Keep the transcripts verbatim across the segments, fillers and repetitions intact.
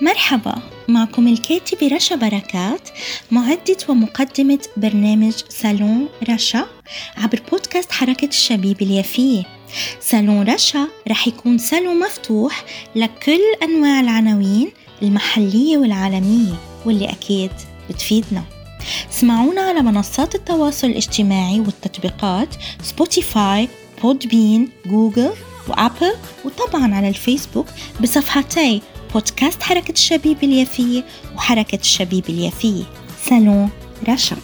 مرحبا، معكم الكاتبة رشا بركات، معدة ومقدمة برنامج صالون رشا عبر بودكاست حركة الشبيب اليافية. صالون رشا رح يكون صالون مفتوح لكل أنواع العناوين المحلية والعالمية واللي أكيد بتفيدنا. اسمعونا على منصات التواصل الاجتماعي والتطبيقات سبوتيفاي، بودبين، جوجل وأبل، وطبعا على الفيسبوك بصفحتي بودكاست حركة الشبيب اليافية وحركة الشبيب اليافية. صالون رشا.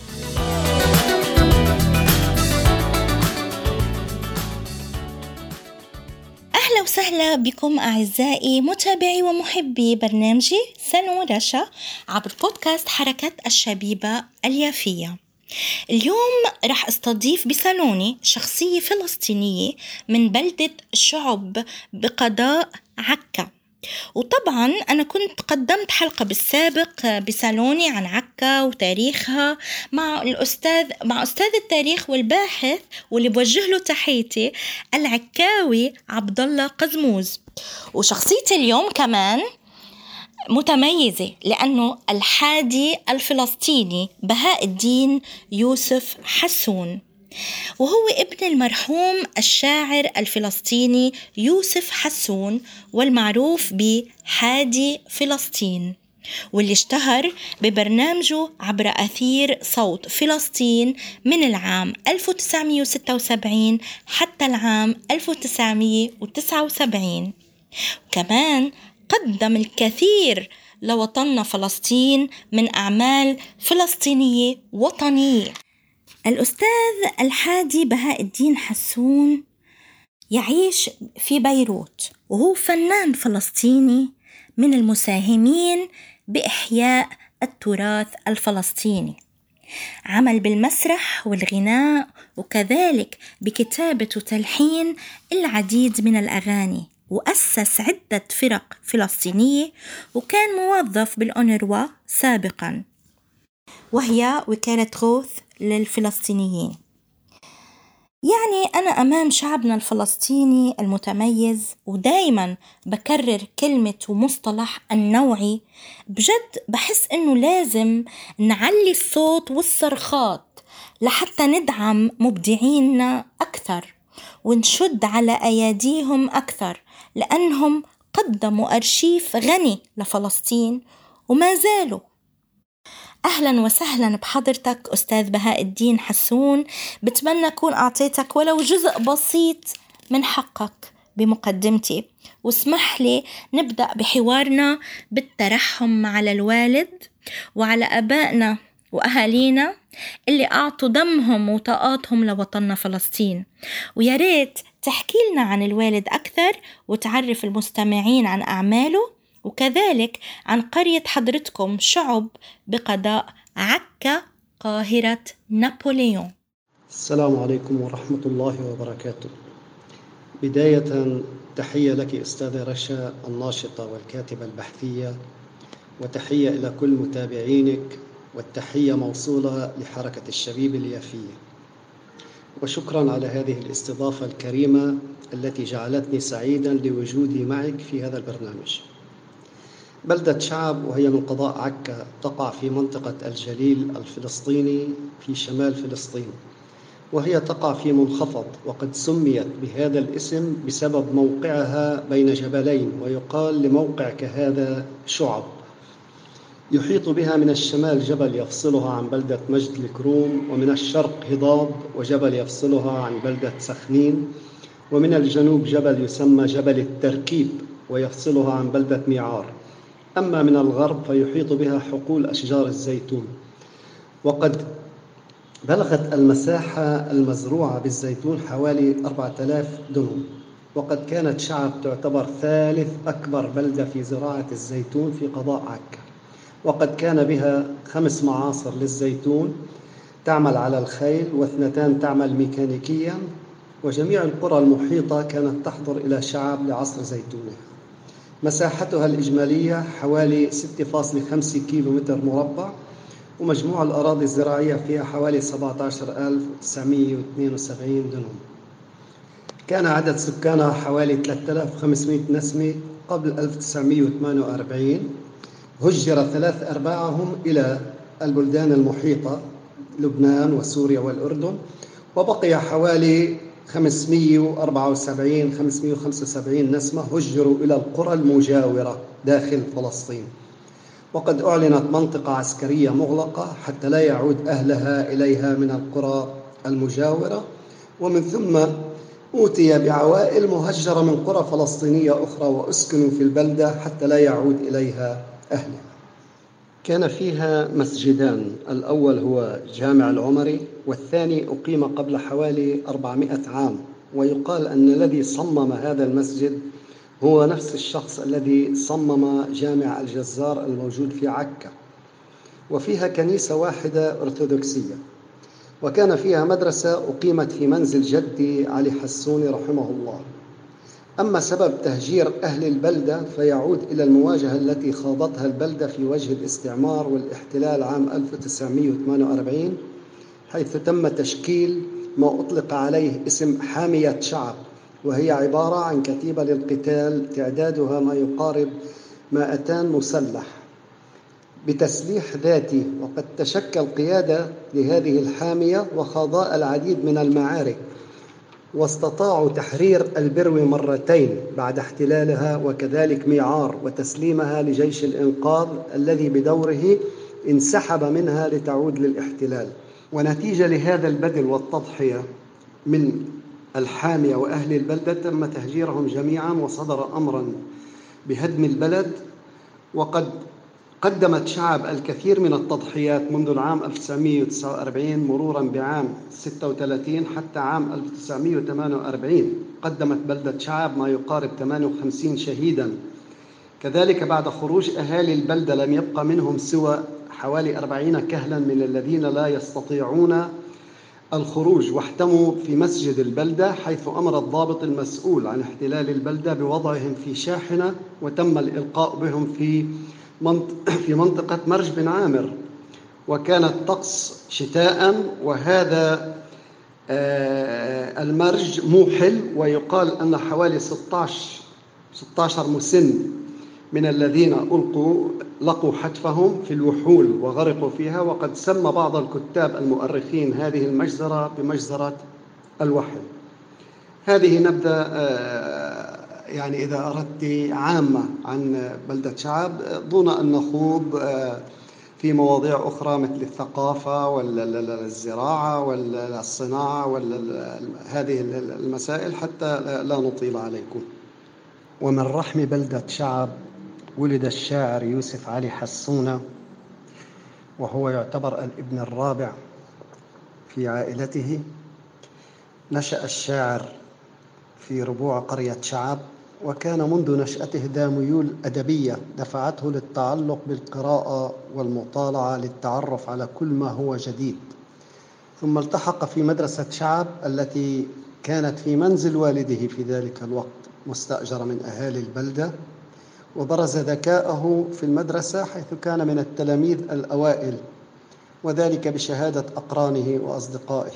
أهلا وسهلا بكم أعزائي متابعي ومحبي برنامجي صالون رشا عبر بودكاست حركة الشبيبة اليافية. اليوم رح استضيف بصالوني شخصية فلسطينية من بلدة شعب بقضاء عكا. وطبعا أنا كنت قدمت حلقة بالسابق بصالوني عن عكا وتاريخها مع الأستاذ مع أستاذ التاريخ والباحث واللي بوجه له تحيتي العكاوي عبد الله قزموز. وشخصيتي اليوم كمان متميزة لأنه الحادي الفلسطيني بهاء الدين يوسف حسون، وهو ابن المرحوم الشاعر الفلسطيني يوسف حسون والمعروف بحادي فلسطين، واللي اشتهر ببرنامجه عبر أثير صوت فلسطين من العام ألف وتسعمائة وستة وسبعين حتى العام ألف وتسعمائة وتسعة وسبعين. كمان قدم الكثير لوطننا فلسطين من أعمال فلسطينية وطنية. الأستاذ الحادي بهاء الدين حسون يعيش في بيروت، وهو فنان فلسطيني من المساهمين بإحياء التراث الفلسطيني. عمل بالمسرح والغناء وكذلك بكتابة وتلحين العديد من الأغاني، وأسس عدة فرق فلسطينية، وكان موظف بالأونروا سابقاً وهي وكالة غوث للفلسطينيين. يعني أنا أمام شعبنا الفلسطيني المتميز، ودايما بكرر كلمة ومصطلح النوعي. بجد بحس إنه لازم نعلي الصوت والصرخات لحتى ندعم مبدعيننا أكثر ونشد على أياديهم أكثر، لأنهم قدموا أرشيف غني لفلسطين وما زالوا. أهلا وسهلا بحضرتك أستاذ بهاء الدين حسون. بتمنى أكون أعطيتك ولو جزء بسيط من حقك بمقدمتي، واسمح لي نبدأ بحوارنا بالترحم على الوالد وعلى أبائنا وأهالينا اللي أعطوا دمهم وطاقاتهم لوطننا فلسطين. ويا ريت تحكي لنا عن الوالد أكثر وتعرف المستمعين عن أعماله، وكذلك عن قرية حضرتكم شعب بقضاء عكا قاهرة نابليون. السلام عليكم ورحمة الله وبركاته. بداية تحية لك أستاذة رشا الناشطة والكاتبة البحثية، وتحية إلى كل متابعينك، والتحية موصولة لحركة الشبيب اليافية. وشكرا على هذه الاستضافة الكريمة التي جعلتني سعيدا لوجودي معك في هذا البرنامج. بلدة شعب وهي من قضاء عكا تقع في منطقة الجليل الفلسطيني في شمال فلسطين، وهي تقع في منخفض، وقد سميت بهذا الاسم بسبب موقعها بين جبلين، ويقال لموقع كهذا شعب. يحيط بها من الشمال جبل يفصلها عن بلدة مجد الكروم، ومن الشرق هضاب وجبل يفصلها عن بلدة سخنين، ومن الجنوب جبل يسمى جبل التركيب ويفصلها عن بلدة ميعار. أما من الغرب فيحيط بها حقول أشجار الزيتون، وقد بلغت المساحة المزروعة بالزيتون حوالي أربعة آلاف دنم. وقد كانت شعب تعتبر ثالث أكبر بلدة في زراعة الزيتون في قضاء عكا، وقد كان بها خمس معاصر للزيتون تعمل على الخيل، واثنتان تعمل ميكانيكيا، وجميع القرى المحيطة كانت تحضر إلى شعب لعصر زيتونها. مساحتها الإجمالية حوالي ستة فاصلة خمسة كيلو متر مربع، ومجموع الأراضي الزراعية فيها حوالي سبعة عشر ألف وتسعمائة واثنين وسبعين دنم. كان عدد سكانها حوالي ثلاثة آلاف وخمسمائة نسمة قبل ألف وتسعمائة وثمانية وأربعين، هجر ثلاث أرباعهم إلى البلدان المحيطة لبنان وسوريا والأردن، وبقي حوالي خمسمئة وأربعة وسبعين خمسمئة وخمسة وسبعين نسمة هجروا إلى القرى المجاورة داخل فلسطين، وقد أعلنت منطقة عسكرية مغلقة حتى لا يعود أهلها إليها من القرى المجاورة، ومن ثم أوتي بعوائل مهجرة من قرى فلسطينية أخرى وأسكنوا في البلدة حتى لا يعود إليها أهلها. كان فيها مسجدان، الأول هو جامع العمري، والثاني أقيم قبل حوالي أربعمائة عام، ويقال أن الذي صمم هذا المسجد هو نفس الشخص الذي صمم جامع الجزار الموجود في عكا، وفيها كنيسة واحدة أرثوذكسية، وكان فيها مدرسة أقيمت في منزل جدي علي حسوني رحمه الله. أما سبب تهجير أهل البلدة فيعود إلى المواجهة التي خاضتها البلدة في وجه الاستعمار والاحتلال عام ألف وتسعمئة وثمانية وأربعين، حيث تم تشكيل ما أطلق عليه اسم حامية شعب، وهي عبارة عن كتيبة للقتال تعدادها ما يقارب مائتين مسلح بتسليح ذاتي، وقد تشكل قيادة لهذه الحامية وخاضوا العديد من المعارك، واستطاعوا تحرير البروي مرتين بعد احتلالها، وكذلك ميعار وتسليمها لجيش الإنقاذ الذي بدوره انسحب منها لتعود للاحتلال. ونتيجة لهذا البذل والتضحية من الحامية وأهل البلدة تم تهجيرهم جميعا، وصدر أمرا بهدم البلد، وقد قدمت شعب الكثير من التضحيات منذ العام ألف وتسعمئة وتسعة وأربعين مرورا بعام ستة وثلاثين حتى عام ألف وتسعمئة وثمانية وأربعين، قدمت بلدة شعب ما يقارب ثمانية وخمسين شهيدا. كذلك بعد خروج أهالي البلدة لم يبقى منهم سوى حوالي أربعين كهلا من الذين لا يستطيعون الخروج، واحتموا في مسجد البلدة، حيث أمر الضابط المسؤول عن احتلال البلدة بوضعهم في شاحنة، وتم الإلقاء بهم في في منطقة مرج بن عامر، وكان الطقس شتاء، وهذا المرج موحل، ويقال أن حوالي ستة عشر مسن من الذين ألقوا لقوا حتفهم في الوحول وغرقوا فيها، وقد سمى بعض الكتاب المؤرخين هذه المجزرة بمجزرة الوحل. هذه نبذة يعني إذا أردت عامة عن بلدة شعب، دون أن نخوض في مواضيع أخرى مثل الثقافة والزراعة والصناعة وهذه المسائل حتى لا نطيل عليكم. ومن رحم بلدة شعب ولد الشاعر يوسف علي حسونة، وهو يعتبر الابن الرابع في عائلته. نشأ الشاعر في ربوع قرية شعب، وكان منذ نشأته ذا ميول أدبية دفعته للتعلق بالقراءة والمطالعة للتعرف على كل ما هو جديد، ثم التحق في مدرسة شعب التي كانت في منزل والده في ذلك الوقت مستأجرة من أهالي البلدة، وبرز ذكاءه في المدرسة حيث كان من التلاميذ الأوائل، وذلك بشهادة أقرانه وأصدقائه.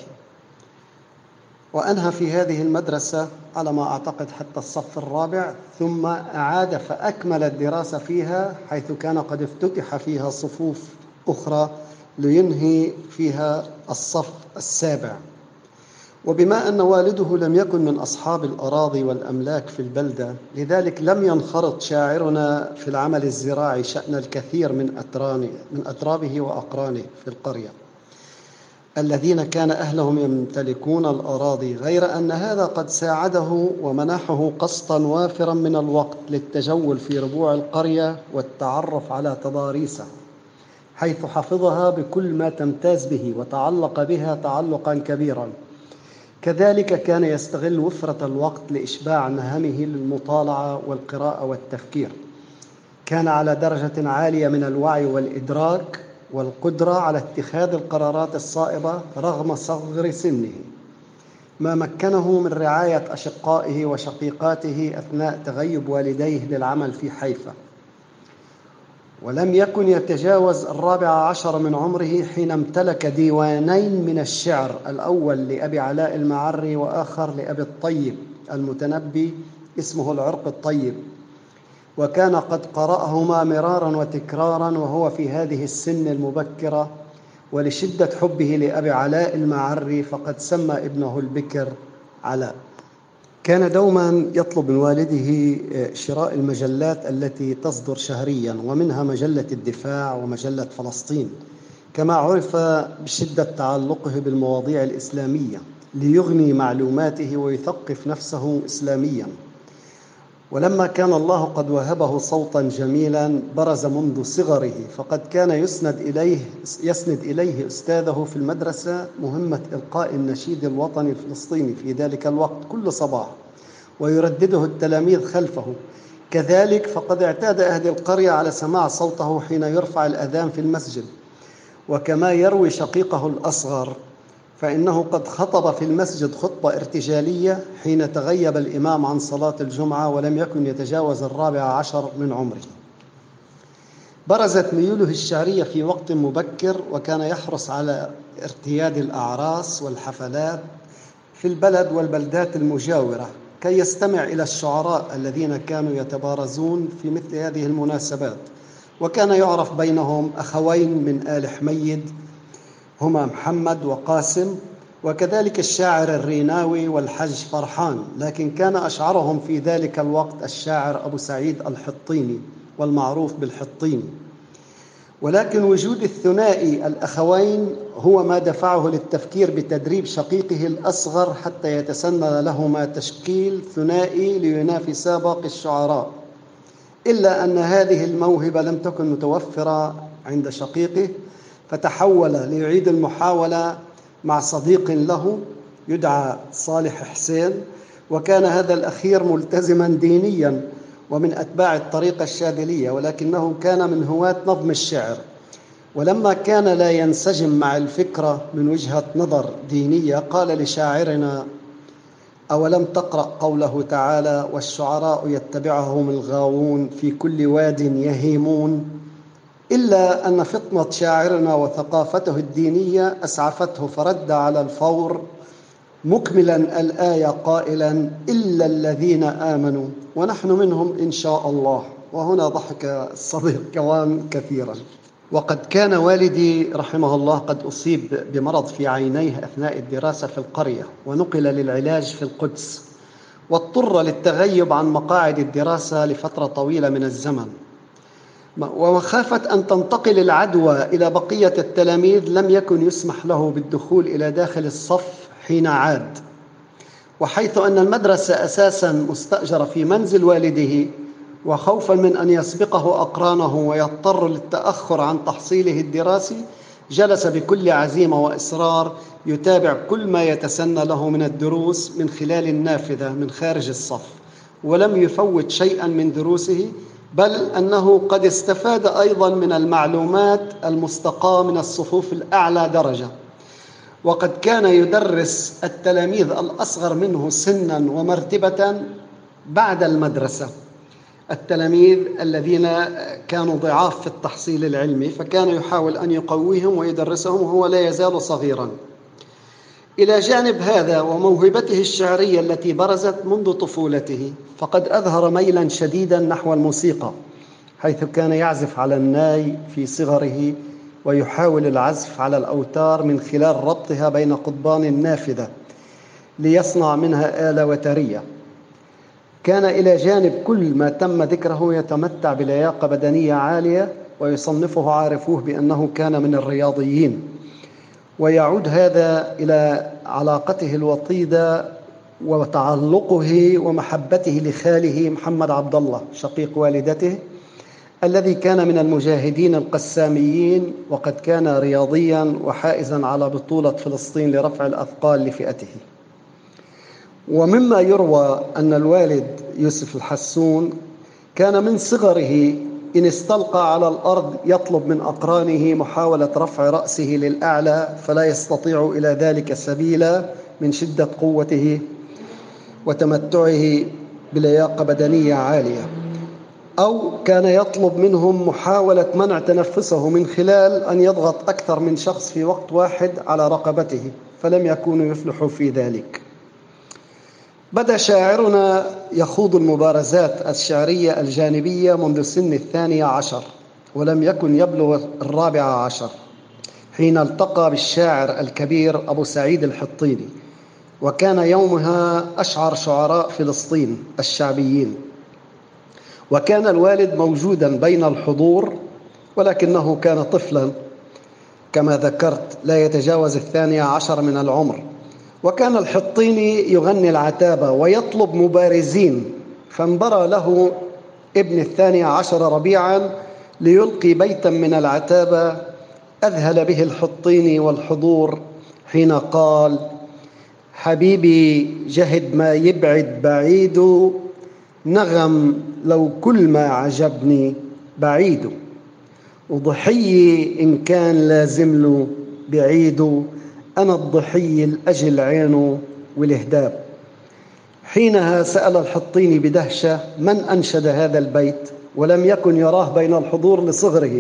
وأنهى في هذه المدرسة على ما أعتقد حتى الصف الرابع، ثم أعاد فأكمل الدراسة فيها، حيث كان قد افتتح فيها صفوف أخرى لينهي فيها الصف السابع. وبما أن والده لم يكن من أصحاب الأراضي والأملاك في البلدة، لذلك لم ينخرط شاعرنا في العمل الزراعي شأن الكثير من أترانه من أترابه وأقرانه في القرية الذين كان أهلهم يمتلكون الأراضي، غير أن هذا قد ساعده ومنحه قسطا وافرا من الوقت للتجول في ربوع القرية والتعرف على تضاريسها، حيث حفظها بكل ما تمتاز به وتعلق بها تعلقا كبيرا. كذلك كان يستغل وفرة الوقت لإشباع نهمه للمطالعة والقراءة والتفكير. كان على درجة عالية من الوعي والإدراك والقدرة على اتخاذ القرارات الصائبة رغم صغر سنه، ما مكنه من رعاية أشقائه وشقيقاته أثناء تغيب والديه للعمل في حيفا. ولم يكن يتجاوز الرابع عشر من عمره حين امتلك ديوانين من الشعر، الأول لأبي علاء المعري وآخر لأبي الطيب المتنبي اسمه العرق الطيب، وكان قد قرأهما مرارا وتكرارا وهو في هذه السن المبكرة، ولشدة حبه لأبي علاء المعري فقد سمى ابنه البكر علاء. كان دوما يطلب من والده شراء المجلات التي تصدر شهريا، ومنها مجلة الدفاع ومجلة فلسطين، كما عرف بشدة تعلقه بالمواضيع الإسلامية ليغني معلوماته ويثقف نفسه إسلاميا. ولما كان الله قد وهبه صوتا جميلا برز منذ صغره، فقد كان يسند إليه, يسند إليه أستاذه في المدرسة مهمة إلقاء النشيد الوطني الفلسطيني في ذلك الوقت كل صباح، ويردده التلاميذ خلفه. كذلك فقد اعتاد أهل القرية على سماع صوته حين يرفع الأذان في المسجد. وكما يروي شقيقه الأصغر فإنه قد خطب في المسجد خطبة ارتجالية حين تغيب الإمام عن صلاة الجمعة ولم يكن يتجاوز الرابع عشر من عمره. برزت ميوله الشعرية في وقت مبكر، وكان يحرص على ارتياد الأعراس والحفلات في البلد والبلدات المجاورة كي يستمع إلى الشعراء الذين كانوا يتبارزون في مثل هذه المناسبات. وكان يعرف بينهم أخوين من آل حميد هما محمد وقاسم، وكذلك الشاعر الريناوي والحج فرحان، لكن كان أشعرهم في ذلك الوقت الشاعر أبو سعيد الحطيني والمعروف بالحطيني. ولكن وجود الثنائي الأخوين هو ما دفعه للتفكير بتدريب شقيقه الأصغر حتى يتسنى لهما تشكيل ثنائي لينافسا باقي الشعراء، إلا أن هذه الموهبة لم تكن متوفرة عند شقيقه، فتحول ليعيد المحاولة مع صديق له يدعى صالح حسين، وكان هذا الأخير ملتزما دينيا ومن أتباع الطريقة الشاذلية، ولكنه كان من هواة نظم الشعر. ولما كان لا ينسجم مع الفكرة من وجهة نظر دينية قال لشاعرنا: أولم تقرأ قوله تعالى: والشعراء يتبعهم الغاوون في كل واد يهيمون؟ إلا أن فطنة شاعرنا وثقافته الدينية أسعفته فرد على الفور مكملا الآية قائلا: إلا الذين آمنوا ونحن منهم إن شاء الله. وهنا ضحك الصديق كوان كثيرا. وقد كان والدي رحمه الله قد أصيب بمرض في عينيه أثناء الدراسة في القرية، ونقل للعلاج في القدس، واضطر للتغيب عن مقاعد الدراسة لفترة طويلة من الزمن. ومخافة أن تنتقل العدوى إلى بقية التلاميذ لم يكن يسمح له بالدخول إلى داخل الصف حين عاد، وحيث أن المدرسة أساساً مستأجرة في منزل والده، وخوفاً من أن يسبقه أقرانه ويضطر للتأخر عن تحصيله الدراسي، جلس بكل عزيمة وإصرار يتابع كل ما يتسنى له من الدروس من خلال النافذة من خارج الصف، ولم يفوت شيئاً من دروسه، بل أنه قد استفاد أيضاً من المعلومات المستقاة من الصفوف الأعلى درجة. وقد كان يدرس التلاميذ الأصغر منه سناً ومرتبة بعد المدرسة، التلاميذ الذين كانوا ضعاف في التحصيل العلمي، فكان يحاول أن يقويهم ويدرسهم وهو لا يزال صغيراً. إلى جانب هذا وموهبته الشعرية التي برزت منذ طفولته، فقد أظهر ميلاً شديداً نحو الموسيقى، حيث كان يعزف على الناي في صغره ويحاول العزف على الأوتار من خلال ربطها بين قضبان النافذة ليصنع منها آلة وترية. كان إلى جانب كل ما تم ذكره يتمتع بلياقة بدنية عالية، ويصنفه عارفوه بأنه كان من الرياضيين. ويعود هذا إلى علاقته الوطيدة وتعلقه ومحبته لخاله محمد عبد الله شقيق والدته، الذي كان من المجاهدين القساميين، وقد كان رياضيا وحائزا على بطولة فلسطين لرفع الأثقال لفئته. ومما يروى أن الوالد يوسف الحسون كان من صغره إن استلقى على الأرض يطلب من أقرانه محاولة رفع رأسه للأعلى، فلا يستطيع إلى ذلك سبيلا من شدة قوته وتمتعه بلياقة بدنية عالية. أو كان يطلب منهم محاولة منع تنفسه من خلال أن يضغط أكثر من شخص في وقت واحد على رقبته، فلم يكونوا يفلحوا في ذلك. بدأ شاعرنا يخوض المبارزات الشعرية الجانبية منذ سن الثانية عشر، ولم يكن يبلغ الرابعة عشر حين التقى بالشاعر الكبير أبو سعيد الحطيني، وكان يومها أشعر شعراء فلسطين الشعبيين. وكان الوالد موجودا بين الحضور، ولكنه كان طفلا كما ذكرت لا يتجاوز الثانية عشر من العمر. وكان الحطيني يغني العتابة ويطلب مبارزين، فانبرى له ابن الثانية عشر ربيعا ليلقي بيتا من العتابة أذهل به الحطيني والحضور حين قال: حبيبي جهد ما يبعد بعيد، نغم لو كل ما عجبني بعيد، وضحي إن كان لازم له بعيد، أنا الضحي الأجل عينه والإهداب. حينها سأل الحطيني بدهشة من أنشد هذا البيت، ولم يكن يراه بين الحضور لصغره،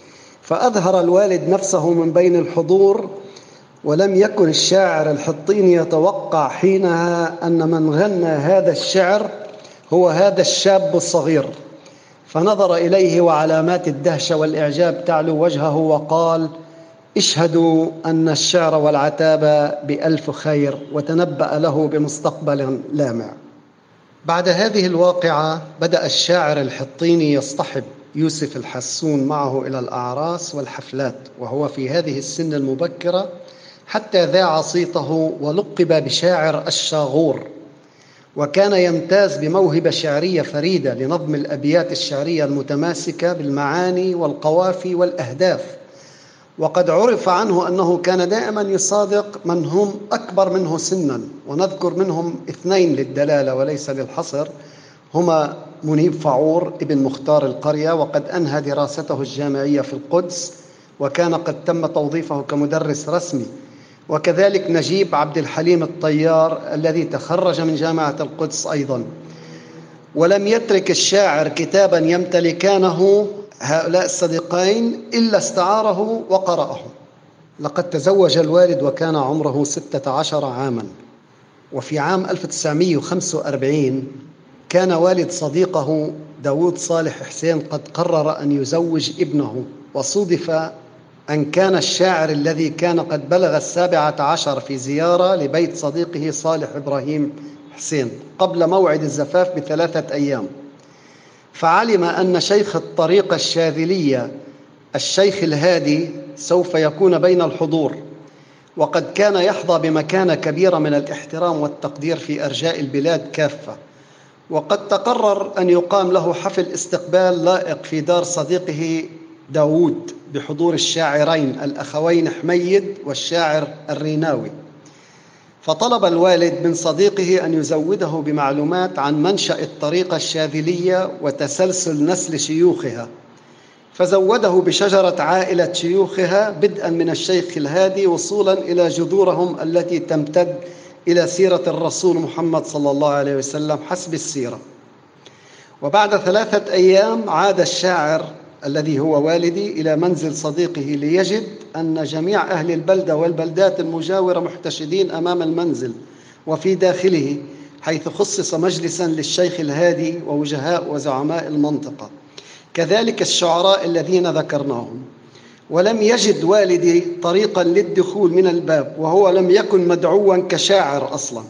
فأظهر الوالد نفسه من بين الحضور، ولم يكن الشاعر الحطيني يتوقع حينها أن من غنى هذا الشعر هو هذا الشاب الصغير، فنظر إليه وعلامات الدهشة والإعجاب تعلو وجهه وقال: اشهدوا أن الشعر والعتابة بألف خير، وتنبأ له بمستقبل لامع. بعد هذه الواقعة بدأ الشاعر الحطيني يصطحب يوسف الحسون معه إلى الأعراس والحفلات وهو في هذه السن المبكرة، حتى ذاع صيته ولقب بشاعر الشاغور. وكان يمتاز بموهبة شعرية فريدة لنظم الأبيات الشعرية المتماسكة بالمعاني والقوافي والأهداف. وقد عرف عنه أنه كان دائما يصادق من هم أكبر منه سنا، ونذكر منهم اثنين للدلالة وليس للحصر، هما منيب فعور ابن مختار القرية، وقد أنهى دراسته الجامعية في القدس وكان قد تم توظيفه كمدرس رسمي، وكذلك نجيب عبد الحليم الطيار الذي تخرج من جامعة القدس أيضا. ولم يترك الشاعر كتابا يمتلكانه هؤلاء الصديقين إلا استعاره وقرأه. لقد تزوج الوالد وكان عمره ستة عشر عاما، وفي عام ألف وتسعمائة وخمسة وأربعين كان والد صديقه داود صالح حسين قد قرر أن يزوج ابنه، وصودف أن كان الشاعر الذي كان قد بلغ السابعة عشر في زيارة لبيت صديقه صالح إبراهيم حسين قبل موعد الزفاف بثلاثة أيام، فعلم أن شيخ الطريقة الشاذلية الشيخ الهادي سوف يكون بين الحضور، وقد كان يحظى بمكانة كبيرة من الاحترام والتقدير في أرجاء البلاد كافة. وقد تقرر أن يقام له حفل استقبال لائق في دار صديقه داود بحضور الشاعرين الأخوين حميد والشاعر الريناوي. فطلب الوالد من صديقه أن يزوده بمعلومات عن منشأ الطريقة الشاذلية وتسلسل نسل شيوخها، فزوده بشجرة عائلة شيوخها بدءا من الشيخ الهادي وصولا إلى جذورهم التي تمتد إلى سيرة الرسول محمد صلى الله عليه وسلم حسب السيرة. وبعد ثلاثة أيام عاد الشاعر الذي هو والدي إلى منزل صديقه ليجد أن جميع أهل البلدة والبلدات المجاورة محتشدين أمام المنزل وفي داخله، حيث خصص مجلسا للشيخ الهادي ووجهاء وزعماء المنطقة، كذلك الشعراء الذين ذكرناهم. ولم يجد والدي طريقا للدخول من الباب، وهو لم يكن مدعوا كشاعر أصلا،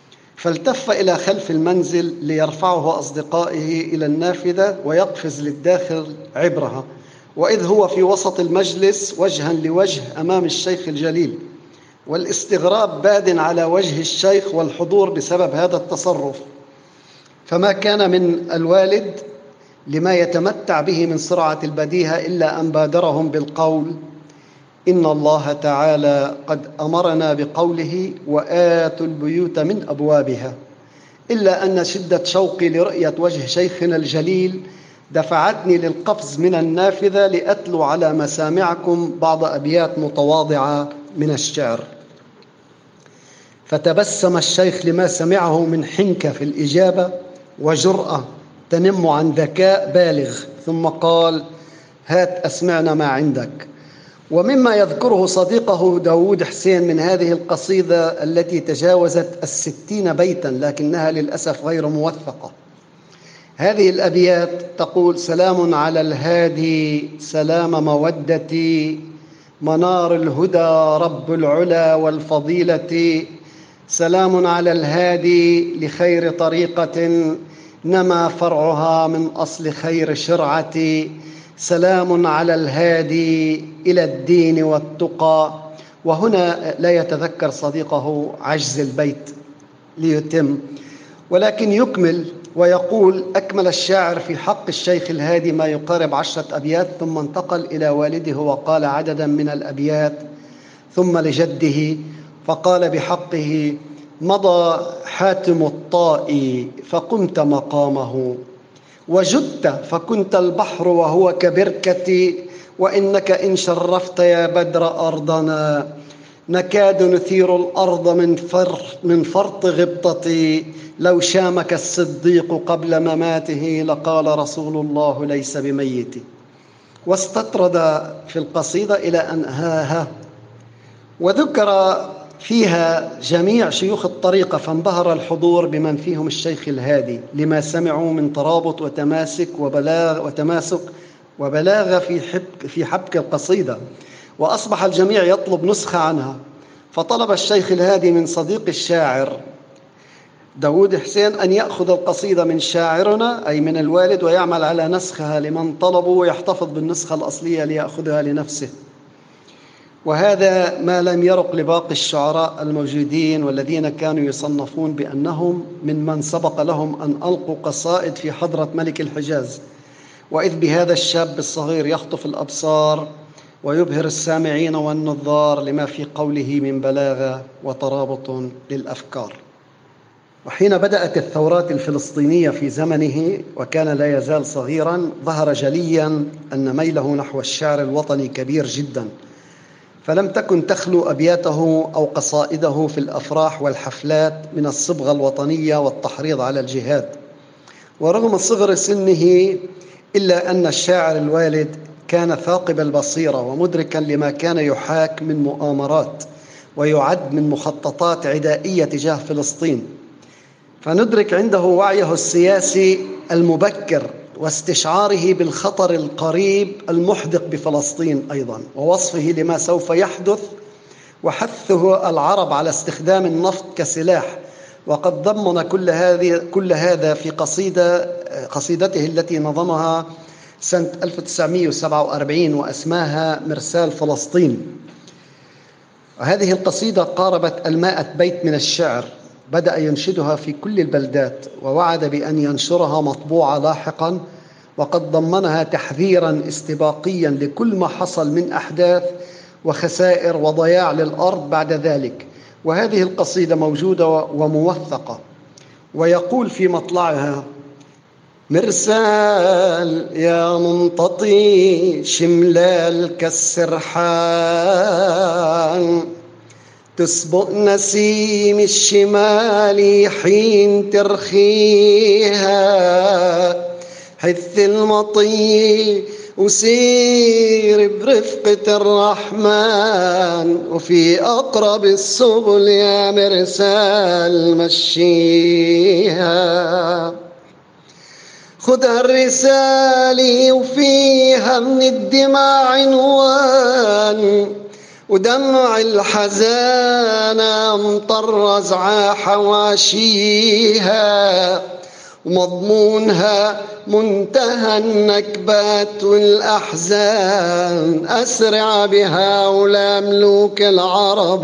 فالتف إلى خلف المنزل ليرفعه أصدقائه إلى النافذة ويقفز للداخل عبرها، وإذ هو في وسط المجلس وجها لوجه أمام الشيخ الجليل، والاستغراب باد على وجه الشيخ والحضور بسبب هذا التصرف. فما كان من الوالد لما يتمتع به من سرعة البديهة إلا أن بادرهم بالقول: إن الله تعالى قد أمرنا بقوله وآتوا البيوت من أبوابها، إلا أن شدة شوقي لرؤية وجه شيخنا الجليل دفعتني للقفز من النافذة لأتلو على مسامعكم بعض أبيات متواضعة من الشعر. فتبسم الشيخ لما سمعه من حنكة في الإجابة وجرأة تنم عن ذكاء بالغ، ثم قال: هات أسمعنا ما عندك. ومما يذكره صديقه داود حسين من هذه القصيدة التي تجاوزت الستين بيتا لكنها للأسف غير موثقة. هذه الأبيات تقول: سلام على الهادي سلام مودتي، منار الهدى رب العلا والفضيلة، سلام على الهادي لخير طريقة نما فرعها من أصل خير شرعتي، سلام على الهادي إلى الدين والتقى. وهنا لا يتذكر صديقه عجز البيت ليتم، ولكن يكمل ويقول: أكمل الشاعر في حق الشيخ الهادي ما يقارب عشرة أبيات، ثم انتقل إلى والده وقال عددا من الأبيات، ثم لجده فقال بحقه: مضى حاتم الطائي فقمت مقامه، وجدت فكنت البحر وهو كبركتي، وإنك إن شرفت يا بدر أرضنا نكاد نثير الأرض من فرط, من فرط غبطتي، لو شامك الصديق قبل مماته لقال رسول الله ليس بميت. واستطرد في القصيدة إلى أن هاها، وذكر فيها جميع شيوخ الطريقة، فانبهر الحضور بمن فيهم الشيخ الهادي لما سمعوا من ترابط وتماسك وبلاغ وتماسك وبلاغة في حبك في حبك القصيدة، وأصبح الجميع يطلب نسخة عنها. فطلب الشيخ الهادي من صديق الشاعر داود حسين أن يأخذ القصيدة من شاعرنا أي من الوالد ويعمل على نسخها لمن طلبوا، ويحتفظ بالنسخة الأصلية ليأخذها لنفسه. وهذا ما لم يرق لباقي الشعراء الموجودين والذين كانوا يصنفون بأنهم من من سبق لهم أن ألقوا قصائد في حضرة ملك الحجاز، وإذ بهذا الشاب الصغير يخطف الأبصار ويبهر السامعين والنظار لما في قوله من بلاغة وترابط للأفكار. وحين بدأت الثورات الفلسطينية في زمنه وكان لا يزال صغيرا، ظهر جليا أن ميله نحو الشعر الوطني كبير جدا، فلم تكن تخلو أبياته أو قصائده في الأفراح والحفلات من الصبغة الوطنية والتحريض على الجهاد. ورغم صغر سنه إلا أن الشاعر الوالد كان ثاقب البصيرة ومدركا لما كان يحاك من مؤامرات ويعد من مخططات عدائية تجاه فلسطين، فندرك عنده وعيه السياسي المبكر واستشعاره بالخطر القريب المحدق بفلسطين أيضا، ووصفه لما سوف يحدث وحثه العرب على استخدام النفط كسلاح. وقد ضمن كل هذه كل هذا في قصيدة قصيدته التي نظمها سنة ألف وتسعمائة وسبعة وأربعين وأسماها مرسال فلسطين. وهذه القصيدة قاربت المائة بيت من الشعر، بدأ ينشدها في كل البلدات ووعد بأن ينشرها مطبوعة لاحقا، وقد ضمنها تحذيرا استباقيا لكل ما حصل من أحداث وخسائر وضياع للأرض بعد ذلك. وهذه القصيدة موجودة وموثقة، ويقول في مطلعها: مرسال يا منتطي شملال كالسرحان، تسبق نسيم الشمال حين ترخيها، حث المطي وسير برفقة الرحمن، وفي أقرب السبل يا مرسال مشيها. خذها الرسالة وفيها من الدماء عنوان، ودمع الحزانة مطرز ع حواشيها، ومضمونها منتهى النكبات والأحزان، أسرع بها ولا ملوك العرب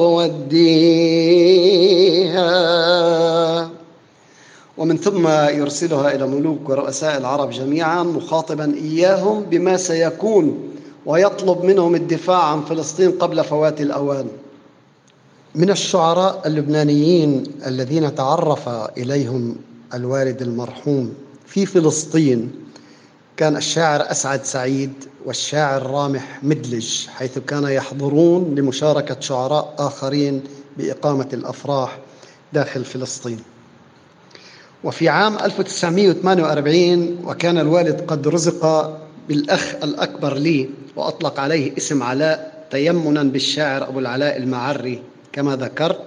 وديها. ومن ثم يرسلها إلى ملوك ورؤساء العرب جميعا مخاطبا إياهم بما سيكون، ويطلب منهم الدفاع عن فلسطين قبل فوات الأوان. من الشعراء اللبنانيين الذين تعرف إليهم الوالد المرحوم في فلسطين كان الشاعر أسعد سعيد والشاعر رامح مدلج، حيث كانوا يحضرون لمشاركة شعراء آخرين بإقامة الأفراح داخل فلسطين. وفي عام ألف وتسعمائة وثمانية وأربعين وكان الوالد قد رزق بالأخ الأكبر لي وأطلق عليه اسم علاء، تيمنا بالشاعر أبو العلاء المعري كما ذكرت،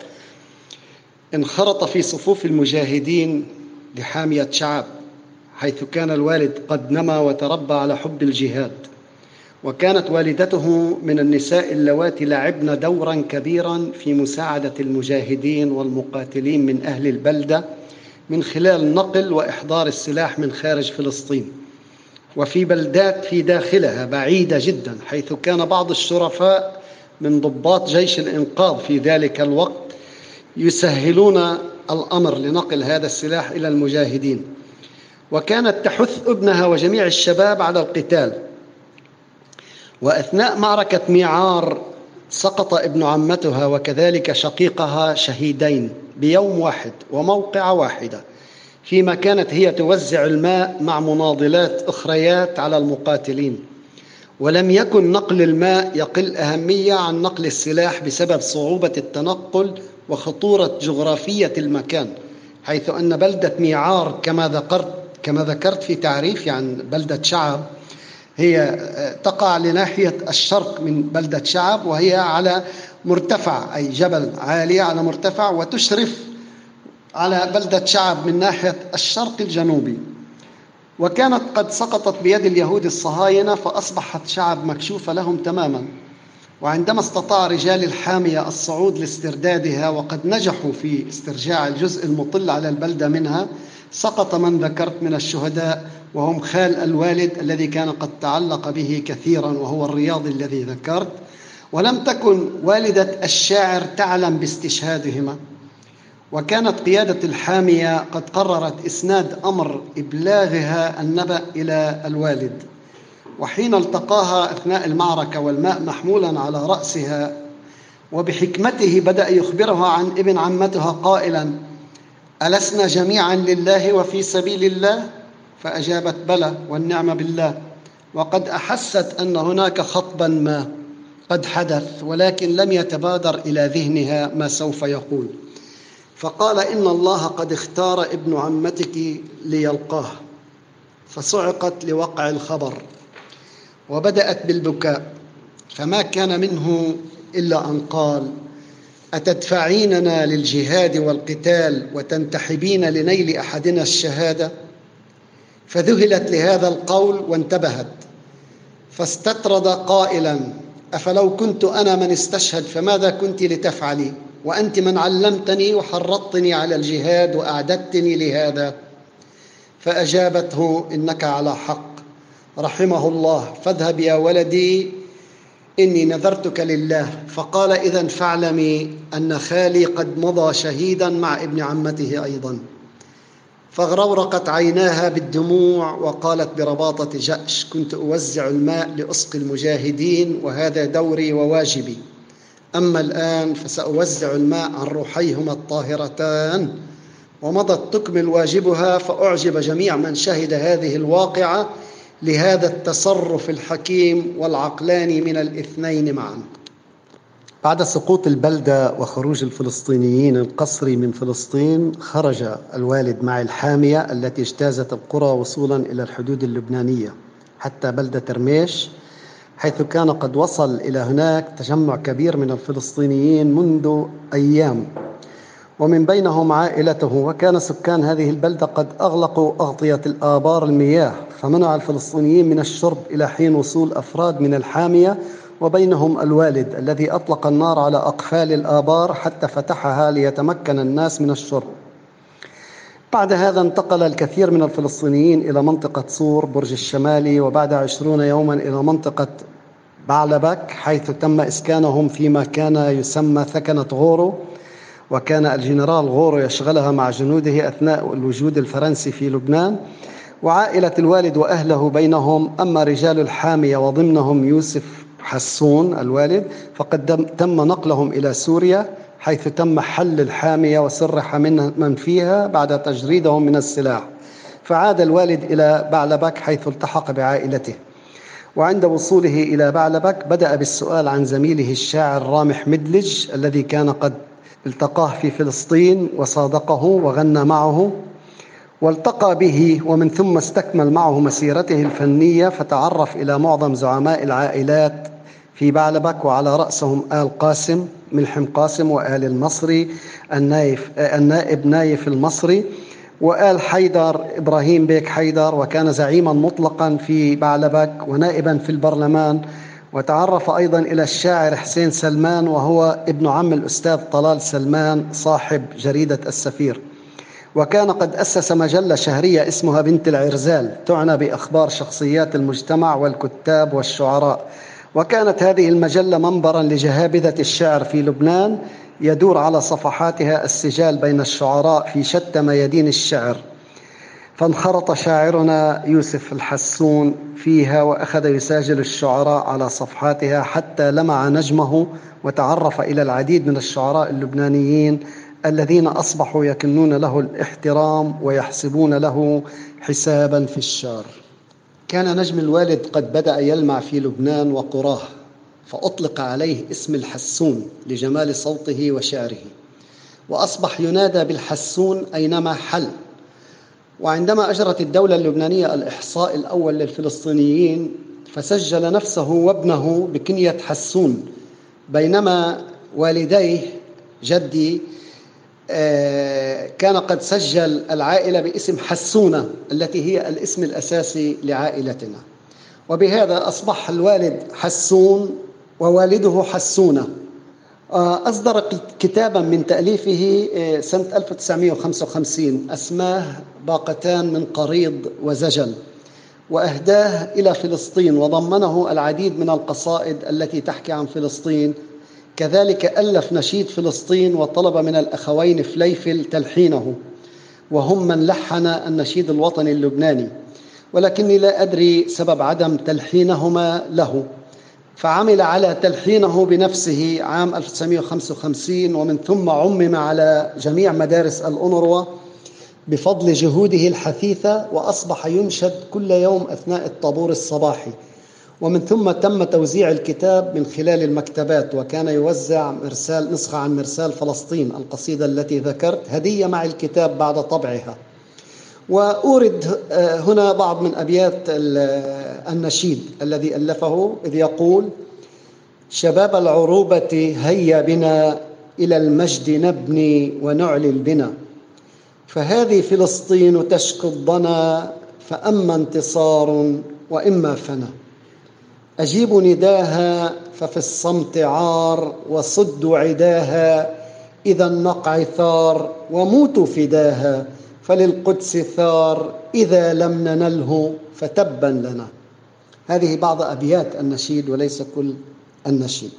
انخرط في صفوف المجاهدين لحامية شعب، حيث كان الوالد قد نمى وتربى على حب الجهاد، وكانت والدته من النساء اللواتي لعبن دورا كبيرا في مساعدة المجاهدين والمقاتلين من أهل البلدة من خلال نقل وإحضار السلاح من خارج فلسطين وفي بلدات في داخلها بعيدة جدا، حيث كان بعض الشرفاء من ضباط جيش الإنقاذ في ذلك الوقت يسهلون الأمر لنقل هذا السلاح إلى المجاهدين. وكانت تحث ابنها وجميع الشباب على القتال. وأثناء معركة ميعار سقط ابن عمتها وكذلك شقيقها شهيدين بيوم واحد وموقع واحدة، فيما كانت هي توزع الماء مع مناضلات أخريات على المقاتلين. ولم يكن نقل الماء يقل أهمية عن نقل السلاح بسبب صعوبة التنقل وخطورة جغرافية المكان، حيث أن بلدة ميعار كما ذكرت كما ذكرت في تعريفي عن بلدة شعب هي تقع لناحية الشرق من بلدة شعب، وهي على مرتفع أي جبل عالي على مرتفع، وتشرف على بلدة شعب من ناحية الشرق الجنوبي. وكانت قد سقطت بيد اليهود الصهاينة، فأصبحت شعب مكشوفة لهم تماما. وعندما استطاع رجال الحامية الصعود لاستردادها وقد نجحوا في استرجاع الجزء المطل على البلدة منها، سقط من ذكرت من الشهداء، وهم خال الوالد الذي كان قد تعلق به كثيرا وهو الرياضي الذي ذكرت. ولم تكن والدة الشاعر تعلم باستشهادهما. وكانت قيادة الحامية قد قررت إسناد أمر إبلاغها النبأ إلى الوالد. وحين التقاها أثناء المعركة والماء محمولا على رأسها، وبحكمته بدأ يخبرها عن ابن عمتها قائلا: ألسنا جميعا لله وفي سبيل الله؟ فأجابت: بلى والنعم بالله. وقد أحست أن هناك خطبا ما قد حدث، ولكن لم يتبادر إلى ذهنها ما سوف يقول. فقال: إن الله قد اختار ابن عمتك ليلقاه. فصعقت لوقع الخبر وبدأت بالبكاء، فما كان منه إلا أن قال: أتدفعيننا للجهاد والقتال وتنتحبين لنيل أحدنا الشهادة؟ فذهلت لهذا القول وانتبهت، فاستطرد قائلا: أفلو كنت أنا من استشهد فماذا كنت لتفعلي؟ وأنت من علمتني وحرضتني على الجهاد وأعددتني لهذا. فأجابته: إنك على حق، رحمه الله، فاذهب يا ولدي إني نذرتك لله. فقال: إذن فاعلمي أن خالي قد مضى شهيدا مع ابن عمته أيضا. فاغرورقت عيناها بالدموع وقالت برباطة جأش: كنت أوزع الماء لأسقي المجاهدين وهذا دوري وواجبي، أما الآن فسأوزع الماء عن روحيهما الطاهرتان. ومضت تكمل واجبها، فأعجب جميع من شهد هذه الواقعة لهذا التصرف الحكيم والعقلاني من الاثنين معا. بعد سقوط البلدة وخروج الفلسطينيين القسري من فلسطين، خرج الوالد مع الحامية التي اجتازت القرى وصولا إلى الحدود اللبنانية حتى بلدة رميش، حيث كان قد وصل إلى هناك تجمع كبير من الفلسطينيين منذ أيام، ومن بينهم عائلته. وكان سكان هذه البلدة قد أغلقوا أغطية الآبار المياه، فمنع الفلسطينيين من الشرب إلى حين وصول أفراد من الحامية، وبينهم الوالد الذي أطلق النار على أقفال الآبار حتى فتحها ليتمكن الناس من الشرب. بعد هذا انتقل الكثير من الفلسطينيين إلى منطقة صور برج الشمالي، وبعد عشرون يوما إلى منطقة بعلبك، حيث تم إسكانهم فيما كان يسمى ثكنة غورو، وكان الجنرال غورو يشغلها مع جنوده أثناء الوجود الفرنسي في لبنان. وعائلة الوالد وأهله بينهم، أما رجال الحامية وضمنهم يوسف حسون الوالد فقد تم نقلهم إلى سوريا، حيث تم حل الحامية وسرح من فيها بعد تجريدهم من السلاح. فعاد الوالد إلى بعلبك حيث التحق بعائلته. وعند وصوله إلى بعلبك بدأ بالسؤال عن زميله الشاعر رامح مدلج الذي كان قد التقاه في فلسطين وصادقه وغنى معه، والتقى به، ومن ثم استكمل معه مسيرته الفنية، فتعرف إلى معظم زعماء العائلات في بعلبك، وعلى رأسهم آل قاسم ملحم قاسم، وآل المصري النايف النائب نايف المصري، وآل حيدر إبراهيم بيك حيدر، وكان زعيما مطلقا في بعلبك ونائبا في البرلمان. وتعرف أيضا إلى الشاعر حسين سلمان، وهو ابن عم الأستاذ طلال سلمان صاحب جريدة السفير. وكان قد أسس مجلة شهرية اسمها بنت العرزال تعنى بأخبار شخصيات المجتمع والكتاب والشعراء. وكانت هذه المجلة منبرا لجهابذة الشعر في لبنان، يدور على صفحاتها السجال بين الشعراء في شتى ميادين الشعر. فانخرط شاعرنا يوسف الحسون فيها، وأخذ يساجل الشعراء على صفحاتها حتى لمع نجمه، وتعرف إلى العديد من الشعراء اللبنانيين الذين أصبحوا يكنون له الاحترام ويحسبون له حسابا في الشعر. كان نجم الوالد قد بدأ يلمع في لبنان وقراه، فأطلق عليه اسم الحسون لجمال صوته وشعره، وأصبح ينادى بالحسون أينما حل. وعندما أجرت الدولة اللبنانية الإحصاء الأول للفلسطينيين، فسجل نفسه وابنه بكنية حسون، بينما والديه جدي كان قد سجل العائلة باسم حسونة التي هي الاسم الأساسي لعائلتنا. وبهذا أصبح الوالد حسون ووالده حسونة. أصدر كتابا من تأليفه سنة ألف وتسعمائة وخمسة وخمسين اسماه باقتان من قريض وزجل، وأهداه إلى فلسطين، وضمنه العديد من القصائد التي تحكي عن فلسطين. كذلك ألف نشيد فلسطين، وطلب من الأخوين فليفل تلحينه، وهم من لحن النشيد الوطني اللبناني، ولكني لا أدري سبب عدم تلحينهما له، فعمل على تلحينه بنفسه عام ألف وتسعمائة وخمسة وخمسين، ومن ثم عمم على جميع مدارس الأونروا بفضل جهوده الحثيثة، وأصبح ينشد كل يوم أثناء الطابور الصباحي. ومن ثم تم توزيع الكتاب من خلال المكتبات، وكان يوزع مرسال نسخة عن مرسال فلسطين القصيدة التي ذكرت هدية مع الكتاب بعد طبعها. وأورد هنا بعض من أبيات النشيد الذي ألفه، إذ يقول: شباب العروبة هيا بنا إلى المجد نبني ونعلي البنا، فهذه فلسطين تشكو الضنا، فأما انتصار وإما فنا. أجيبوا نداها ففي الصمت عار، وصدوا عداها إذا النقع ثار، وموتوا فداها فللقدس ثار، إذا لم ننله فتبا لنا. هذه بعض أبيات النشيد وليس كل النشيد.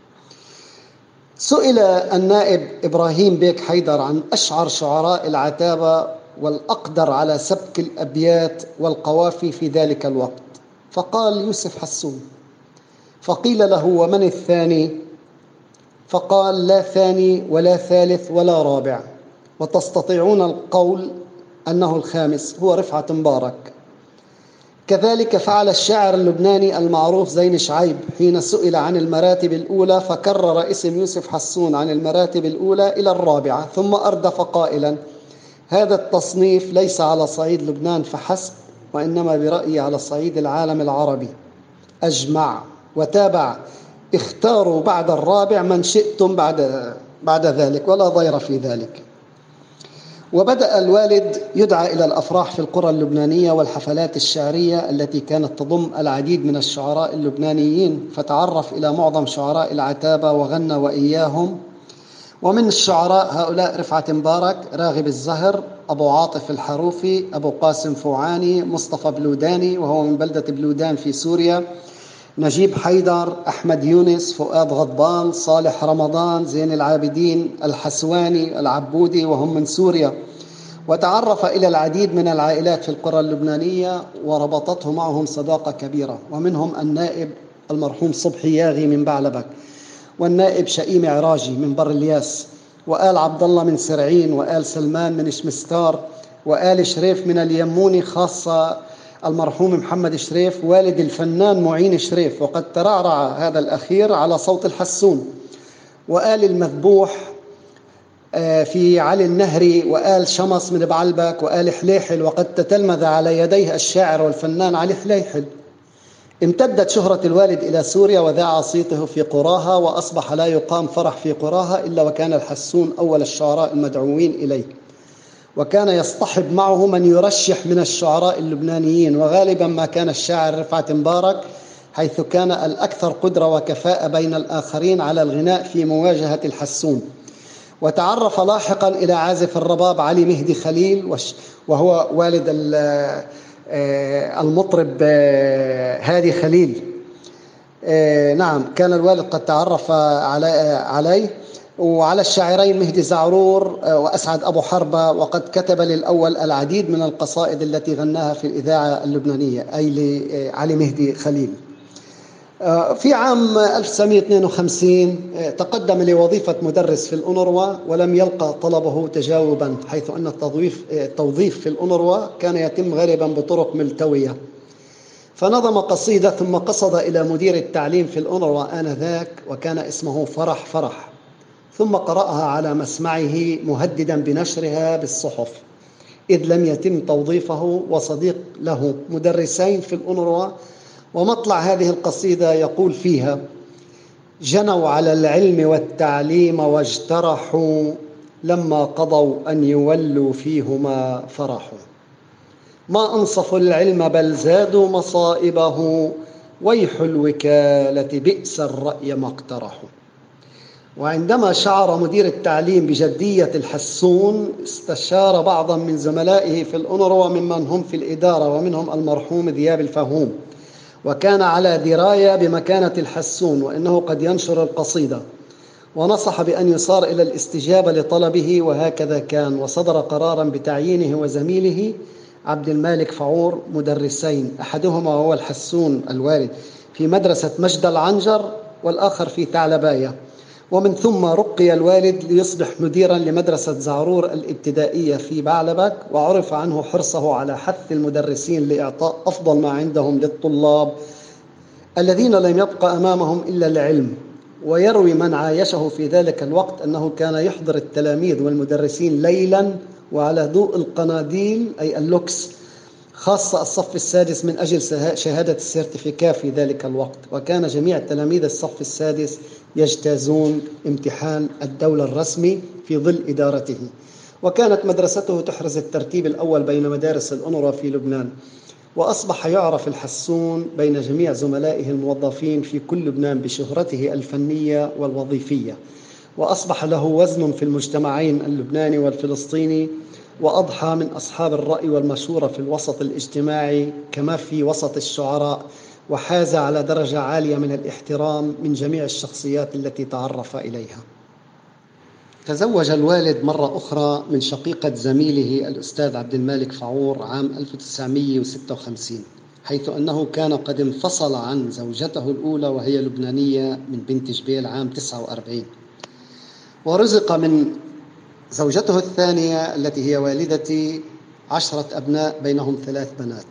سئل النائب إبراهيم بيك حيدر عن أشعر شعراء العتابة والأقدر على سبك الأبيات والقوافي في ذلك الوقت، فقال: يوسف حسون. فقيل له: ومن الثاني؟ فقال: لا ثاني ولا ثالث ولا رابع، وتستطيعون القول أنه الخامس هو رفعت مبارك. كذلك فعل الشاعر اللبناني المعروف زين شعيب حين سئل عن المراتب الأولى، فكرر اسم يوسف حسون عن المراتب الأولى إلى الرابعة، ثم أردف قائلا: هذا التصنيف ليس على صعيد لبنان فحسب، وإنما برأيي على صعيد العالم العربي أجمع. وتابع: اختاروا بعد الرابع من شئتم بعد بعد ذلك، ولا ضير في ذلك. وبدأ الوالد يدعى إلى الأفراح في القرى اللبنانية والحفلات الشعرية التي كانت تضم العديد من الشعراء اللبنانيين، فتعرف إلى معظم شعراء العتابة وغنى وإياهم. ومن الشعراء هؤلاء رفعت مبارك، راغب الزهر، أبو عاطف الحروفي، أبو قاسم فوعاني، مصطفى بلوداني وهو من بلدة بلودان في سوريا، نجيب حيدر، أحمد يونس، فؤاد غضبان، صالح رمضان، زين العابدين، الحسواني، العبودي وهم من سوريا. وتعرف إلى العديد من العائلات في القرى اللبنانية وربطته معهم صداقة كبيرة، ومنهم النائب المرحوم صبحي ياغي من بعلبك، والنائب شئيم عراجي من بر الياس، وآل عبد الله من سرعين، وآل سلمان من شمستار، وآل شريف من اليموني، خاصة المرحوم محمد شريف والد الفنان معين شريف، وقد ترعرع هذا الأخير على صوت الحسون، وآل المذبوح في علي النهري، وآل شمس من بعلبك، وآل حليحل، وقد تتلمذ على يديه الشاعر والفنان علي حليحل. امتدت شهرة الوالد إلى سوريا وذاع صيته في قراها، وأصبح لا يقام فرح في قراها إلا وكان الحسون أول الشعراء المدعوين إليه، وكان يصطحب معه من يرشح من الشعراء اللبنانيين، وغالبا ما كان الشاعر رفعت مبارك، حيث كان الأكثر قدرة وكفاءة بين الآخرين على الغناء في مواجهة الحسون. وتعرف لاحقا إلى عازف الرباب علي مهدي خليل، وهو والد المطرب هادي خليل. نعم، كان الوالد قد تعرف عليه وعلى الشاعرين مهدي زعرور وأسعد أبو حربة، وقد كتب للأول العديد من القصائد التي غناها في الإذاعة اللبنانية، أي لعلي مهدي خليل. في عام ألف وتسعمائة واثنين وخمسين تقدم لوظيفة مدرس في الأونروا، ولم يلقى طلبه تجاوبا، حيث أن التوظيف التوظيف في الأونروا كان يتم غالبا بطرق ملتوية. فنظم قصيدة ثم قصد إلى مدير التعليم في الأونروا آنذاك، وكان اسمه فرح فرح، ثم قرأها على مسمعه مهددا بنشرها بالصحف، إذ لم يتم توظيفه، وصديق له مدرسين في الأونروا. ومطلع هذه القصيدة يقول فيها: جنوا على العلم والتعليم واجترحوا، لما قضوا أن يولوا فيهما فرحوا. ما أنصفوا العلم بل زادوا مصائبه، ويح الوكالة بئس الرأي ما اقترحوا. وعندما شعر مدير التعليم بجدية الحسون، استشار بعضا من زملائه في الأونروا ممن هم في الإدارة، ومنهم المرحوم ذياب الفهوم، وكان على دراية بمكانة الحسون وإنه قد ينشر القصيدة، ونصح بأن يصار إلى الاستجابة لطلبه، وهكذا كان. وصدر قرارا بتعيينه وزميله عبد المالك فعور مدرسين، أحدهما وهو الحسون الوالد في مدرسة مجد العنجر، والآخر في ثعلباية. ومن ثم رقي الوالد ليصبح مديرا لمدرسة زعرور الابتدائية في بعلبك، وعرف عنه حرصه على حث المدرسين لإعطاء أفضل ما عندهم للطلاب الذين لم يبقى أمامهم إلا العلم. ويروي من عايشه في ذلك الوقت أنه كان يحضر التلاميذ والمدرسين ليلا وعلى ضوء القناديل، أي اللوكس، خاصة الصف السادس، من أجل شهادة السيرتيفيكا في ذلك الوقت. وكان جميع تلاميذ الصف السادس يجتازون امتحان الدولة الرسمي في ظل إدارته. وكانت مدرسته تحرز الترتيب الأول بين مدارس الأونروا في لبنان. وأصبح يعرف الحسون بين جميع زملائه الموظفين في كل لبنان بشهرته الفنية والوظيفية، وأصبح له وزن في المجتمعين اللبناني والفلسطيني، وأضحى من أصحاب الرأي والمشورة في الوسط الاجتماعي كما في وسط الشعراء، وحاز على درجة عالية من الاحترام من جميع الشخصيات التي تعرف إليها. تزوج الوالد مرة أخرى من شقيقة زميله الأستاذ عبد المالك فعور عام ألف وتسعمائة وستة وخمسين، حيث أنه كان قد انفصل عن زوجته الأولى وهي لبنانية من بنت جبيل عام تسعة وأربعين. ورزق من زوجته الثانية التي هي والدتي عشرة أبناء، بينهم ثلاث بنات.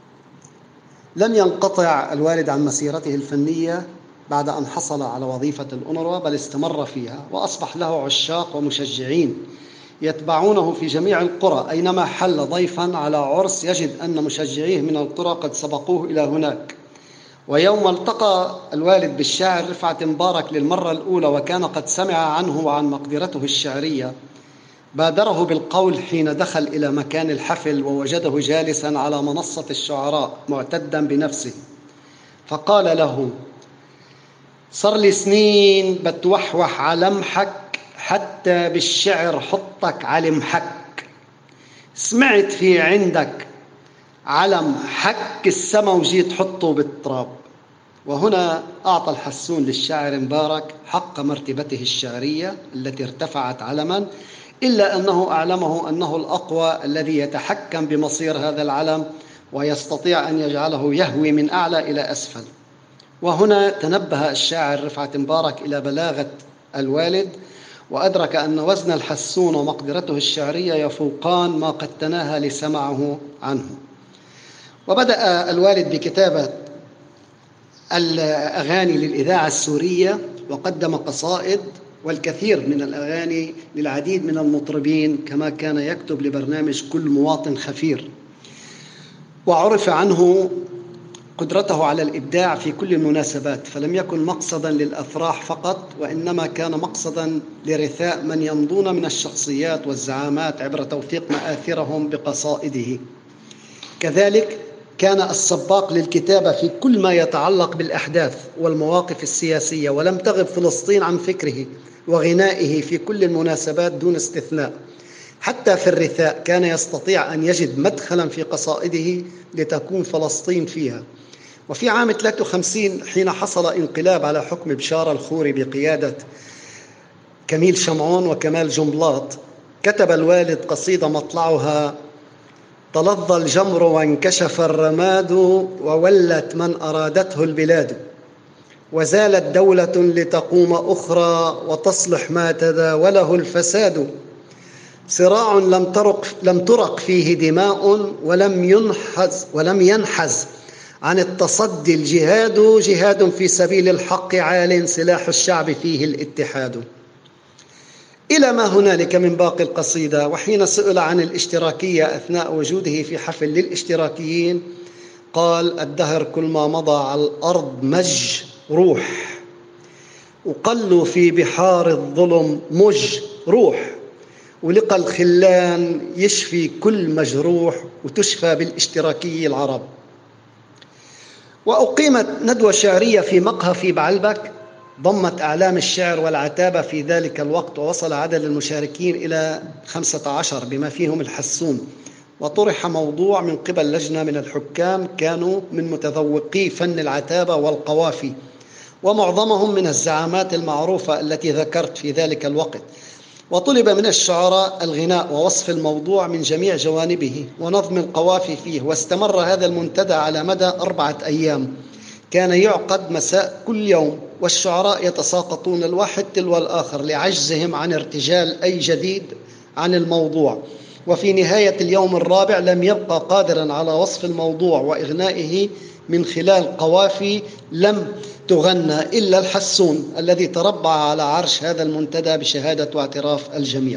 لم ينقطع الوالد عن مسيرته الفنية بعد أن حصل على وظيفة الأونروا، بل استمر فيها، وأصبح له عشاق ومشجعين يتبعونه في جميع القرى. أينما حل ضيفا على عرس يجد أن مشجعيه من القرى قد سبقوه إلى هناك. ويوم التقى الوالد بالشاعر رفعت مبارك للمرة الأولى، وكان قد سمع عنه وعن مقدرته الشعرية، بادره بالقول حين دخل إلى مكان الحفل ووجده جالسا على منصة الشعراء معتدا بنفسه، فقال له: صار لي سنين بتوحوح على لمحك، حتى بالشعر حطك على محك، سمعت في عندك علم حك السما وجيت حطه بالتراب. وهنا أعطى الحسون للشاعر مبارك حق مرتبته الشعرية التي ارتفعت علما، إلا أنه أعلمه أنه الأقوى الذي يتحكم بمصير هذا العلم ويستطيع أن يجعله يهوي من أعلى إلى أسفل. وهنا تنبه الشاعر رفعت مبارك إلى بلاغة الوالد، وأدرك أن وزن الحسون ومقدرته الشعرية يفوقان ما قد تناهى لسمعه عنه. وبدأ الوالد بكتابة الأغاني للإذاعة السورية، وقدم قصائد والكثير من الأغاني للعديد من المطربين، كما كان يكتب لبرنامج كل مواطن خفير. وعرف عنه قدرته على الإبداع في كل المناسبات، فلم يكن مقصدا للأفراح فقط، وإنما كان مقصدا لرثاء من يمضون من الشخصيات والزعامات عبر توثيق مآثرهم بقصائده. كذلك كان السباق للكتابة في كل ما يتعلق بالأحداث والمواقف السياسية، ولم تغب فلسطين عن فكره وغنائه في كل المناسبات دون استثناء. حتى في الرثاء كان يستطيع أن يجد مدخلا في قصائده لتكون فلسطين فيها. وفي عام ثلاثة وخمسين حين حصل انقلاب على حكم بشار الخوري بقيادة كميل شمعون وكمال جنبلاط، كتب الوالد قصيدة مطلعها: تلظى الجمر وانكشف الرماد، وولت من أرادته البلاد، وزالت دولة لتقوم أخرى، وتصلح ما تداوله الفساد. صراع لم ترق لم ترق فيه دماء، ولم ينحز ولم ينحز عن التصدي الجهاد، جهاد في سبيل الحق عال، سلاح الشعب فيه الاتحاد. إلى ما هنالك من باقي القصيدة. وحين سئل عن الاشتراكية أثناء وجوده في حفل للاشتراكيين قال: الدهر كل ما مضى على الأرض مج روح، وقلوا في بحار الظلم مج روح، ولقى الخلان يشفي كل مجروح، وتشفى بالاشتراكي العرب. وأقيمت ندوة شعرية في مقهى في بعلبك ضمت أعلام الشعر والعتابة في ذلك الوقت، ووصل عدد المشاركين إلى خمسة عشر بما فيهم الحسون. وطرح موضوع من قبل لجنة من الحكام كانوا من متذوقي فن العتابة والقوافي، ومعظمهم من الزعامات المعروفة التي ذكرت في ذلك الوقت. وطلب من الشعراء الغناء ووصف الموضوع من جميع جوانبه ونظم القوافي فيه. واستمر هذا المنتدى على مدى أربعة أيام، كان يعقد مساء كل يوم، والشعراء يتساقطون الواحد تلو الآخر لعجزهم عن ارتجال أي جديد عن الموضوع. وفي نهاية اليوم الرابع لم يبقى قادرا على وصف الموضوع وإغنائه من خلال قوافي لم تغنى إلا الحسون الذي تربع على عرش هذا المنتدى بشهادة واعتراف الجميع.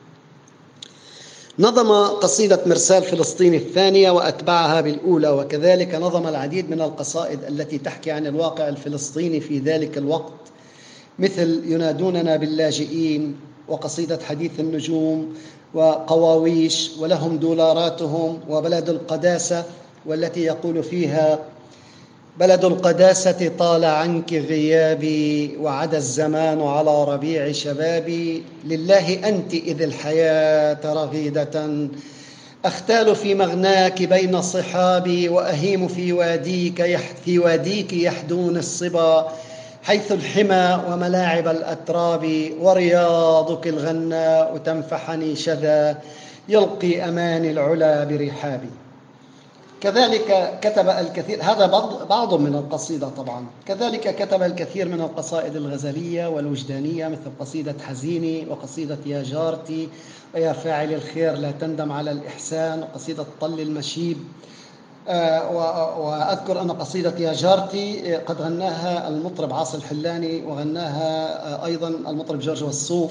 نظم قصيدة مرسال فلسطين الثانية وأتبعها بالأولى، وكذلك نظم العديد من القصائد التي تحكي عن الواقع الفلسطيني في ذلك الوقت، مثل ينادوننا باللاجئين، وقصيدة حديث النجوم، وقواويش، ولهم دولاراتهم، وبلد القداسة، والتي يقول فيها: بلد القداسة طال عنك غيابي، وعدا الزمان على ربيع شبابي، لله أنت إذ الحياة رغيدة، أختال في مغناك بين صحابي، وأهيم في واديك في واديك يحدون الصبا، حيث الحمى وملاعب الأتراب، ورياضك الغناء تنفحني شذا، يلقي أمان العلا برحابي. كذلك كتب الكثير، هذا بعض من القصيدة طبعا. كذلك كتب الكثير من القصائد الغزلية والوجدانية، مثل قصيدة حزيني، وقصيدة يا جارتي، ويا فاعل الخير لا تندم على الإحسان، وقصيدة طل المشيب. وأذكر أن قصيدة يا جارتي قد غناها المطرب عاصي الحلاني، وغناها أيضا المطرب جورج والصوف.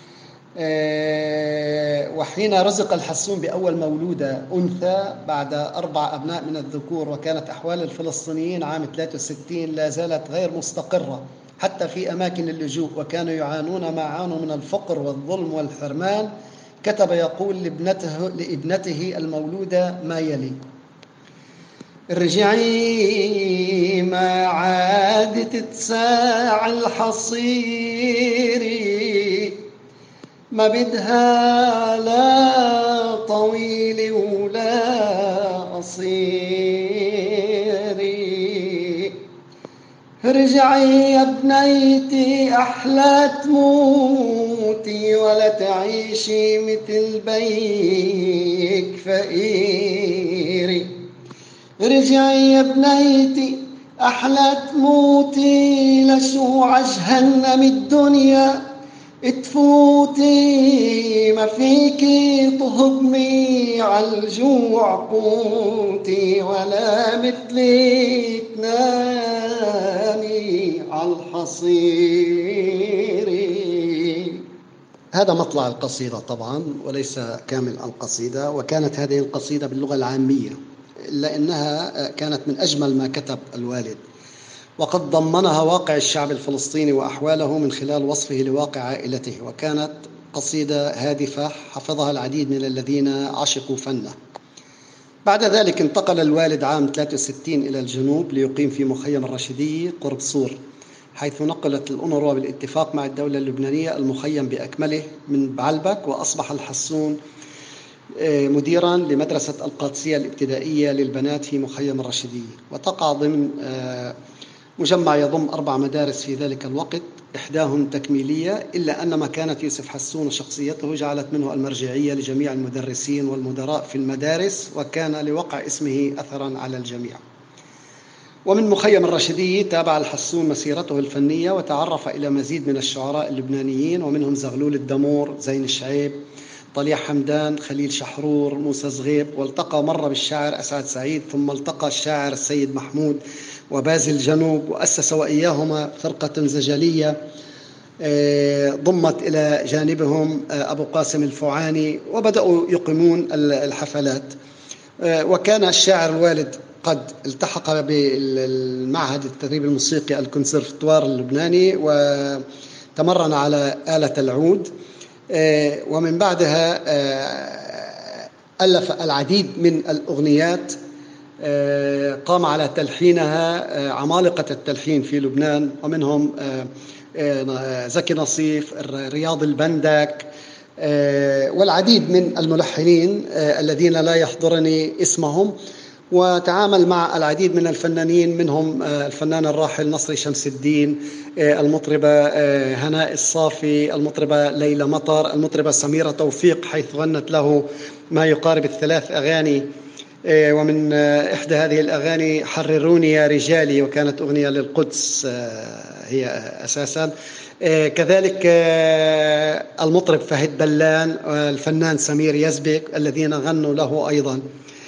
وحين رزق الحسون بأول مولودة أنثى بعد أربع أبناء من الذكور، وكانت أحوال الفلسطينيين عام ثلاثة وستين لا زالت غير مستقرة حتى في أماكن اللجوء، وكانوا يعانون ما عانوا من الفقر والظلم والحرمان، كتب يقول لابنته, لابنته المولودة ما يلي: ارجعي ما عادت تساع الحصيري، ما بدها لا طويل ولا قصير. ارجعي يا بنيتي أحلى تموتي، ولا تعيشي مثل بيك فقيري. ارجعي يا بنيتي أحلى تموتي، لشو عجهنم الدنيا تفوتي، ما فيكي تهضمي عالجوع قوتي، ولا مثلي تنامي عالحصير. هذا مطلع القصيدة طبعا، وليس كامل القصيدة. وكانت هذه القصيدة باللغة العامية، إلا أنها كانت من أجمل ما كتب الوالد، وقد ضمنها واقع الشعب الفلسطيني وأحواله من خلال وصفه لواقع عائلته، وكانت قصيدة هادفة حفظها العديد من الذين عشقوا فنه. بعد ذلك انتقل الوالد عام ثلاثة وستين إلى الجنوب ليقيم في مخيم الرشيدية قرب صور، حيث نقلت الأونروا بالاتفاق مع الدولة اللبنانية المخيم بأكمله من بعلبك، وأصبح الحسون مديرا لمدرسة القادسية الابتدائية للبنات في مخيم الرشيدية، وتقع ضمن مجمع يضم أربع مدارس في ذلك الوقت، إحداهم تكميلية، إلا أن مكانة يوسف حسون وشخصيته جعلت منه المرجعية لجميع المدرسين والمدراء في المدارس، وكان لوقع اسمه أثرا على الجميع. ومن مخيم الرشيدية تابع الحسون مسيرته الفنية وتعرف إلى مزيد من الشعراء اللبنانيين، ومنهم زغلول الدمور، زين الشعيب، طليع حمدان، خليل شحرور، موسى صغيب، والتقى مرة بالشاعر أسعد سعيد، ثم التقى الشاعر السيد محمود وبازل جنوب، وأسس وإياهما فرقة زجلية ضمت إلى جانبهم أبو قاسم الفعاني، وبدأوا يقيمون الحفلات. وكان الشاعر الوالد قد التحق بالمعهد التدريب الموسيقي الكونسرفتوار اللبناني وتمرن على آلة العود، ومن بعدها ألف العديد من الأغنيات قام على تلحينها عمالقة التلحين في لبنان، ومنهم زكي نصيف، رياض البندك، والعديد من الملحنين الذين لا يحضرني اسمهم. وتعامل مع العديد من الفنانين، منهم الفنان الراحل نصري شمس الدين، المطربة هناء الصافي، المطربة ليلى مطر، المطربة سميرة توفيق، حيث غنت له ما يقارب الثلاث أغاني، ومن إحدى هذه الأغاني حرروني يا رجالي، وكانت أغنية للقدس هي أساسا. كذلك المطرب فهد بلان والفنان سمير يزبك الذين غنوا له أيضا.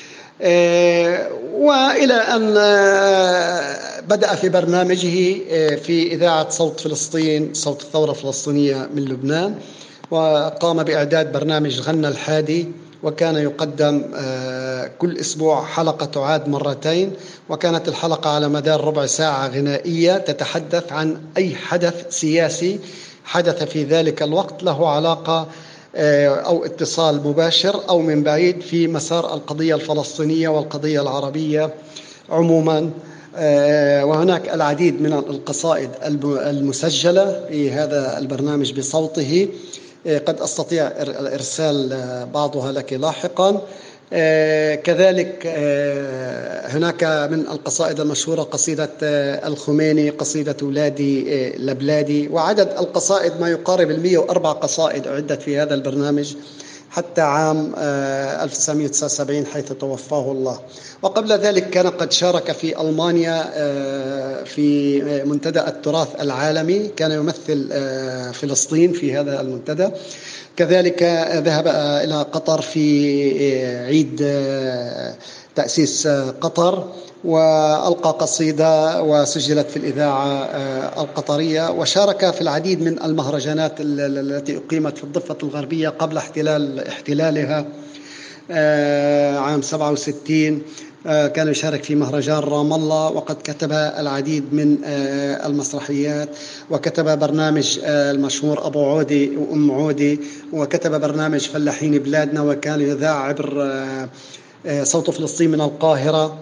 وإلى أن بدأ في برنامجه في إذاعة صوت فلسطين، صوت الثورة الفلسطينية من لبنان، وقام بإعداد برنامج غنى الحادي، وكان يقدم كل أسبوع حلقة تعاد مرتين، وكانت الحلقة على مدار ربع ساعة غنائية تتحدث عن أي حدث سياسي حدث في ذلك الوقت له علاقة أو اتصال مباشر أو من بعيد في مسار القضية الفلسطينية والقضية العربية عموما. وهناك العديد من القصائد المسجلة في هذا البرنامج بصوته، قد أستطيع إرسال بعضها لك لاحقا. كذلك هناك من القصائد المشهورة قصيدة الخميني، قصيدة ولادي لبلادي، وعدد القصائد ما يقارب المئة وأربع قصائد أعدت في هذا البرنامج حتى عام ألف وتسعمئة وتسعة وسبعين حيث توفاه الله. وقبل ذلك كان قد شارك في ألمانيا في منتدى التراث العالمي، كان يمثل فلسطين في هذا المنتدى. كذلك ذهب إلى قطر في عيد تأسيس قطر وألقى قصيدة وسجلت في الإذاعة القطرية، وشارك في العديد من المهرجانات التي أقيمت في الضفة الغربية قبل احتلال احتلالها عام سبعة وستين. كان يشارك في مهرجان رام الله، وقد كتب العديد من المسرحيات، وكتب برنامج المشهور أبو عودي وأم عودي، وكتب برنامج فلاحين بلادنا، وكان يذاع عبر صوت فلسطين من القاهرة.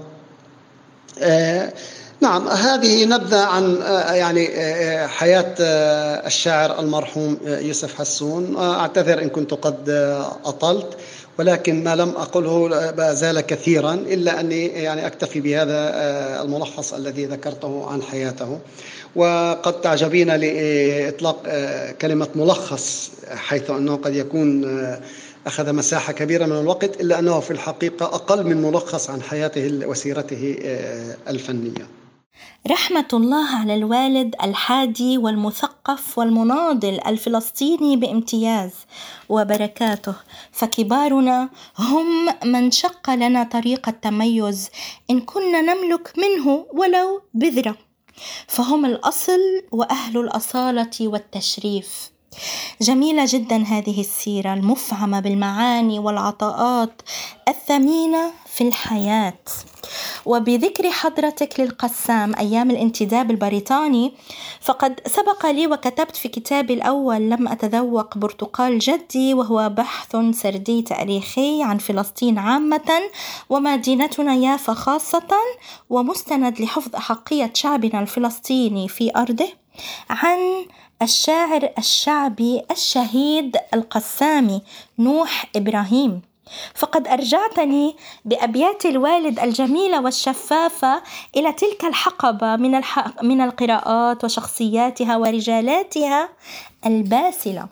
نعم، هذه نبذة عن يعني حياة الشاعر المرحوم يوسف حسون. أعتذر إن كنت قد أطلت، ولكن ما لم أقله ما زال كثيرا، إلا أني يعني أكتفي بهذا الملخص الذي ذكرته عن حياته. وقد تعجبين لإطلاق كلمة ملخص، حيث أنه قد يكون أخذ مساحة كبيرة من الوقت، إلا أنه في الحقيقة أقل من ملخص عن حياته وسيرته الفنية. رحمة الله على الوالد الحادي والمثقف والمناضل الفلسطيني بامتياز، وبركاته. فكبارنا هم من شق لنا طريق التميز إن كنا نملك منه ولو بذرة، فهم الأصل وأهل الأصالة والتشريف. جميلة جدا هذه السيرة المفعمة بالمعاني والعطاءات الثمينة في الحياة. وبذكر حضرتك للقسام أيام الانتداب البريطاني، فقد سبق لي وكتبت في كتابي الأول لم أتذوق برتقال جدي، وهو بحث سردي تاريخي عن فلسطين عامة ومدينتنا يافا خاصة، ومستند لحفظ أحقية شعبنا الفلسطيني في أرضه، عن الشاعر الشعبي الشهيد القسامي نوح إبراهيم. فقد أرجعتني بأبيات الوالد الجميلة والشفافة إلى تلك الحقبة من, الح... من القراءات وشخصياتها ورجالاتها الباسلة.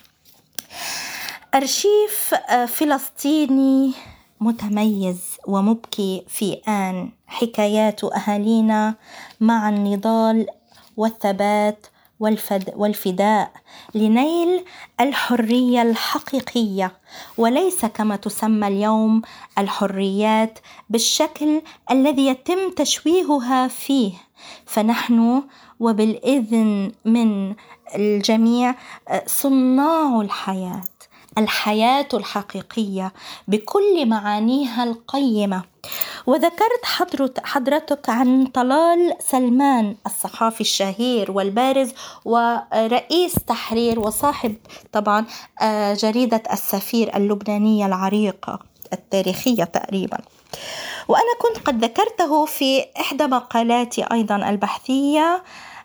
أرشيف فلسطيني متميز ومبكي في آن، حكايات أهالينا مع النضال والثبات والفد والفداء لنيل الحرية الحقيقية، وليس كما تسمى اليوم الحريات بالشكل الذي يتم تشويهها فيه. فنحن وبالإذن من الجميع صناع الحياة، الحياة الحقيقية بكل معانيها القيمة. وذكرت حضرتك عن طلال سلمان الصحافي الشهير والبارز ورئيس تحرير وصاحب طبعا جريدة السفير اللبنانية العريقة التاريخية تقريبا، وأنا كنت قد ذكرته في إحدى مقالاتي أيضا البحثية.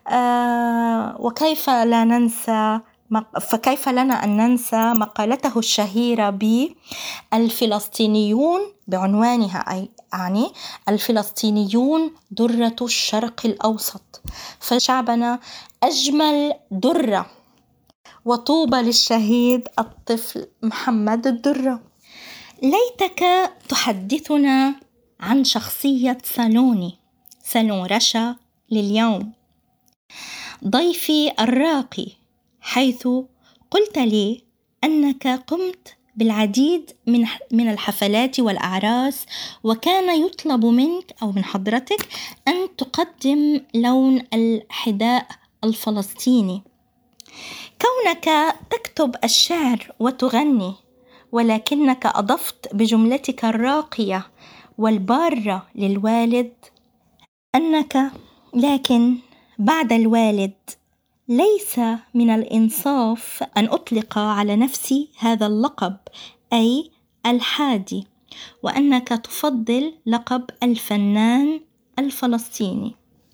وكيف لا ننسى فكيف لنا أن ننسى مقالته الشهيرة بالفلسطينيون بعنوانها، أي يعني الفلسطينيون درة الشرق الأوسط، فشعبنا أجمل درة، وطوبى للشهيد الطفل محمد الدرة. ليتك تحدثنا عن شخصية سالوني، سالون رشا لليوم، ضيفي الراقي، حيث قلت لي أنك قمت بالعديد من من الحفلات والأعراس، وكان يطلب منك أو من حضرتك أن تقدم لون الحذاء الفلسطيني. كونك تكتب الشعر وتغني، ولكنك أضفت بجملتك الراقية والبارة للوالد أنك لكن بعد الوالد ليس من الإنصاف أن أطلق على نفسي هذا اللقب، أي الحادي، وأنك تفضل لقب الفنان الفلسطيني.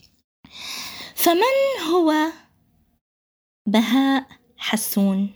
فمن هو بهاء حسون؟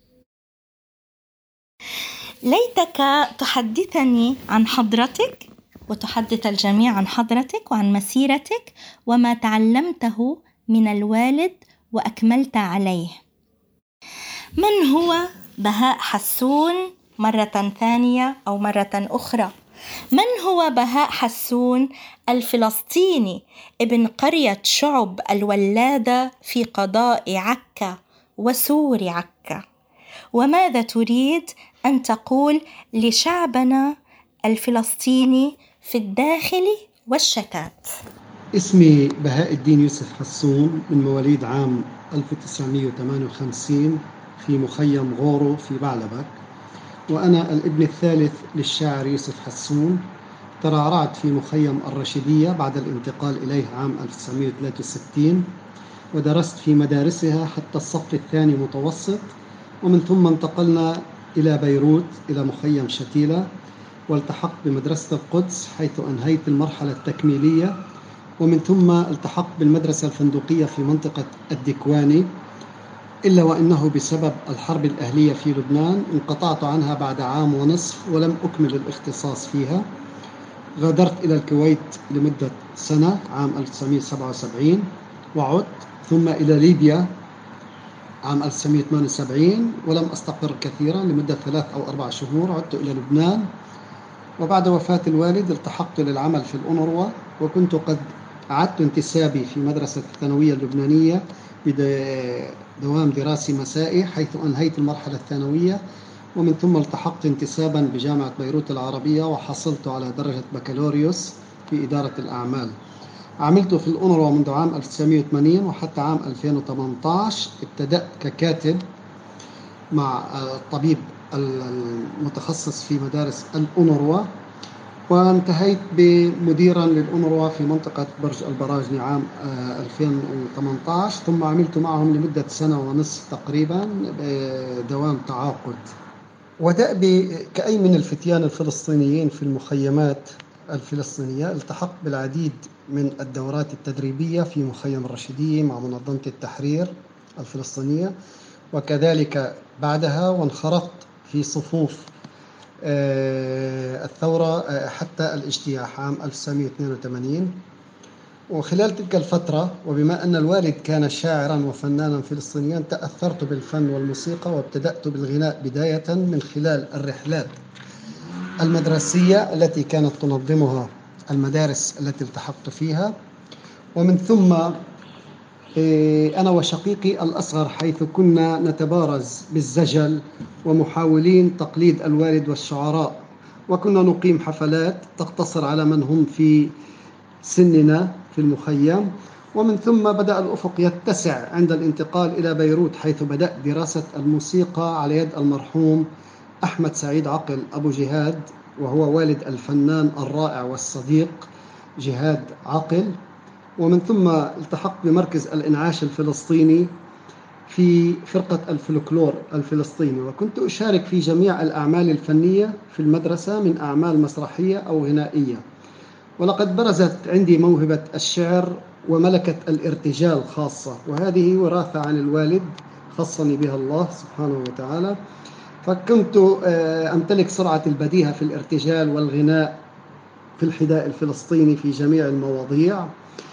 ليتك تحدثني عن حضرتك وتحدث الجميع عن حضرتك وعن مسيرتك وما تعلمته من الوالد وأكملت عليه. من هو بهاء حسون مرة ثانية أو مرة أخرى؟ من هو بهاء حسون الفلسطيني ابن قرية شعب الولادة في قضاء عكا وسور عكا؟ وماذا تريد أن تقول لشعبنا الفلسطيني في الداخل والشتات؟ اسمي بهاء الدين يوسف حسون، من مواليد عام ألف وتسعمائة وثمانية وخمسين في مخيم غورو في بعلبك، وأنا الابن الثالث للشاعر يوسف حسون. ترعرعت في مخيم الرشيدية بعد الانتقال إليه عام ألف وتسعمائة وثلاثة وستين، ودرست في مدارسها حتى الصف الثاني متوسط، ومن ثم انتقلنا إلى بيروت إلى مخيم شتيلة، والتحقت بمدرسة القدس حيث أنهيت المرحلة التكميلية، ومن ثم التحقت بالمدرسة الفندقية في منطقة الدكواني، إلا وأنه بسبب الحرب الأهلية في لبنان انقطعت عنها بعد عام ونصف ولم أكمل الاختصاص فيها. غادرت إلى الكويت لمدة سنة عام ألف وتسعمائة وسبعة وسبعين وعدت، ثم إلى ليبيا عام ألف وتسعمائة وثمانية وسبعين ولم أستقر كثيرا لمدة ثلاث أو أربع شهور. عدت إلى لبنان، وبعد وفاة الوالد التحقت للعمل في الأونروا، وكنت قد أعدت انتسابي في مدرسة الثانوية اللبنانية بدوام دراسي مسائي حيث أنهيت المرحلة الثانوية، ومن ثم التحقت انتسابا بجامعة بيروت العربية وحصلت على درجة بكالوريوس في إدارة الأعمال. عملت في الأونروا منذ عام ألف وتسعمائة وثمانين وحتى عام ألفين وثمانية عشر ابتدأت ككاتب مع الطبيب المتخصص في مدارس الأونروا، وانتهيت بمديرا للأونروا في منطقة برج البراجني عام ألفين وثمانية عشر، ثم عملت معهم لمدة سنة ونصف تقريبا بدوام تعاقد. ودأبي كأي من الفتيان الفلسطينيين في المخيمات الفلسطينية، التحقت بالعديد من الدورات التدريبية في مخيم الرشيدية مع منظمة التحرير الفلسطينية، وكذلك بعدها وانخرطت في صفوف الثورة حتى الاجتياح عام ألف وتسعمائة واثنين وثمانين. وخلال تلك الفترة، وبما أن الوالد كان شاعرا وفنانا فلسطينيا، تأثرت بالفن والموسيقى، وابتدأت بالغناء بداية من خلال الرحلات المدرسية التي كانت تنظمها المدارس التي التحقت فيها، ومن ثم أنا وشقيقي الأصغر، حيث كنا نتبارز بالزجل ومحاولين تقليد الوالد والشعراء، وكنا نقيم حفلات تقتصر على من هم في سننا في المخيم. ومن ثم بدأ الأفق يتسع عند الانتقال إلى بيروت، حيث بدأت دراسة الموسيقى على يد المرحوم أحمد سعيد عقل أبو جهاد، وهو والد الفنان الرائع والصديق جهاد عقل. ومن ثم التحقت بمركز الإنعاش الفلسطيني في فرقة الفلكلور الفلسطيني، وكنت أشارك في جميع الأعمال الفنية في المدرسة، من أعمال مسرحية أو غنائية. ولقد برزت عندي موهبة الشعر وملكة الارتجال خاصة، وهذه وراثة عن الوالد خصني بها الله سبحانه وتعالى. فكنت أمتلك سرعة البديهة في الارتجال والغناء في الحداء الفلسطيني في جميع المواضيع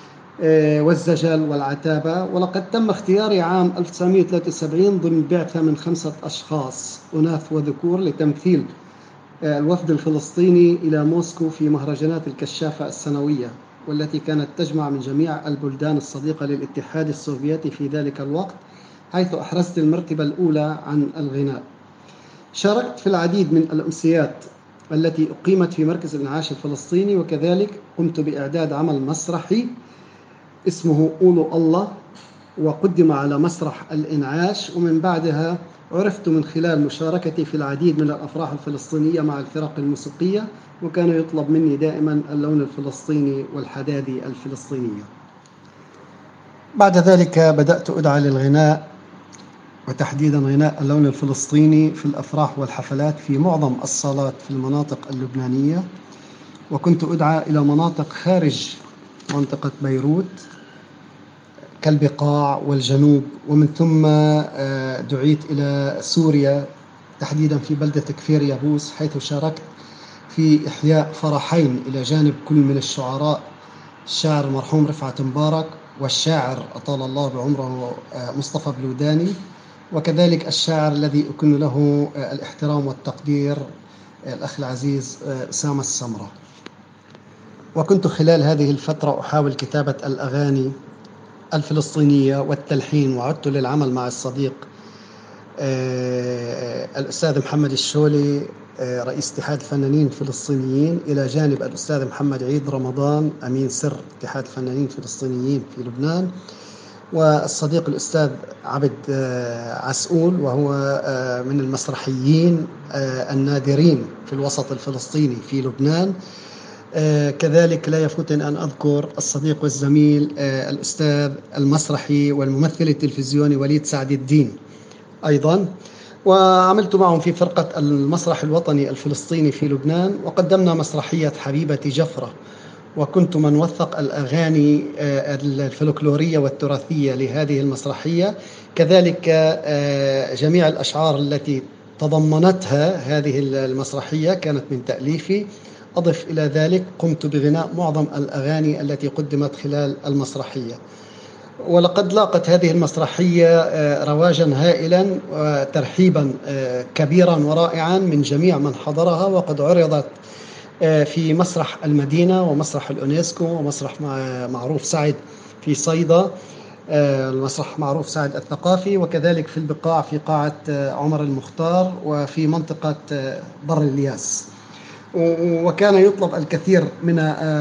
والزجل والعتابة. ولقد تم اختياري عام ألف وتسعمائة وثلاثة وسبعين ضمن بعثة من خمسة أشخاص أناث وذكور لتمثيل الوفد الفلسطيني إلى موسكو في مهرجانات الكشافة السنوية، والتي كانت تجمع من جميع البلدان الصديقة للاتحاد السوفيتي في ذلك الوقت، حيث أحرزت المرتبة الأولى عن الغناء. شاركت في العديد من الأمسيات التي أقيمت في مركز الإنعاش الفلسطيني، وكذلك قمت بإعداد عمل مسرحي اسمه قولوا الله، وقدم على مسرح الإنعاش. ومن بعدها عرفت من خلال مشاركتي في العديد من الأفراح الفلسطينية مع الفرق الموسيقية، وكان يطلب مني دائما اللون الفلسطيني والحدادي الفلسطينية. بعد ذلك بدأت أدعى للغناء، وتحديدا غناء اللون الفلسطيني في الأفراح والحفلات في معظم الصالات في المناطق اللبنانية، وكنت أدعى إلى مناطق خارج منطقة بيروت كالبقاع والجنوب. ومن ثم دعيت إلى سوريا، تحديدا في بلدة كفير يابوس، حيث شاركت في إحياء فرحين إلى جانب كل من الشعراء، الشاعر المرحوم رفعت مبارك، والشاعر أطال الله بعمره مصطفى بلوداني، وكذلك الشاعر الذي أكن له الاحترام والتقدير الأخ العزيز أسامة السمرة. وكنت خلال هذه الفترة أحاول كتابة الأغاني الفلسطينية والتلحين، وعدت للعمل مع الصديق الأستاذ محمد الشولي رئيس اتحاد الفنانين الفلسطينيين، إلى جانب الأستاذ محمد عيد رمضان أمين سر اتحاد الفنانين الفلسطينيين في لبنان، والصديق الأستاذ عبد عسؤول، وهو من المسرحيين النادرين في الوسط الفلسطيني في لبنان. كذلك لا يفوتني أن أذكر الصديق والزميل الأستاذ المسرحي والممثل التلفزيوني وليد سعد الدين أيضا، وعملت معهم في فرقة المسرح الوطني الفلسطيني في لبنان، وقدمنا مسرحية حبيبتي جفرة، وكنت من وثق الأغاني الفلكلورية والتراثية لهذه المسرحية. كذلك جميع الأشعار التي تضمنتها هذه المسرحية كانت من تأليفي. أضف إلى ذلك قمت بغناء معظم الأغاني التي قدمت خلال المسرحية. ولقد لاقت هذه المسرحية رواجا هائلا وترحيبا كبيرا ورائعا من جميع من حضرها، وقد عرضت في مسرح المدينة ومسرح الأونسكو ومسرح معروف سعد في صيدا، المسرح معروف سعد الثقافي، وكذلك في البقاع في قاعة عمر المختار، وفي منطقة بر الياس. وكان يطلب الكثير من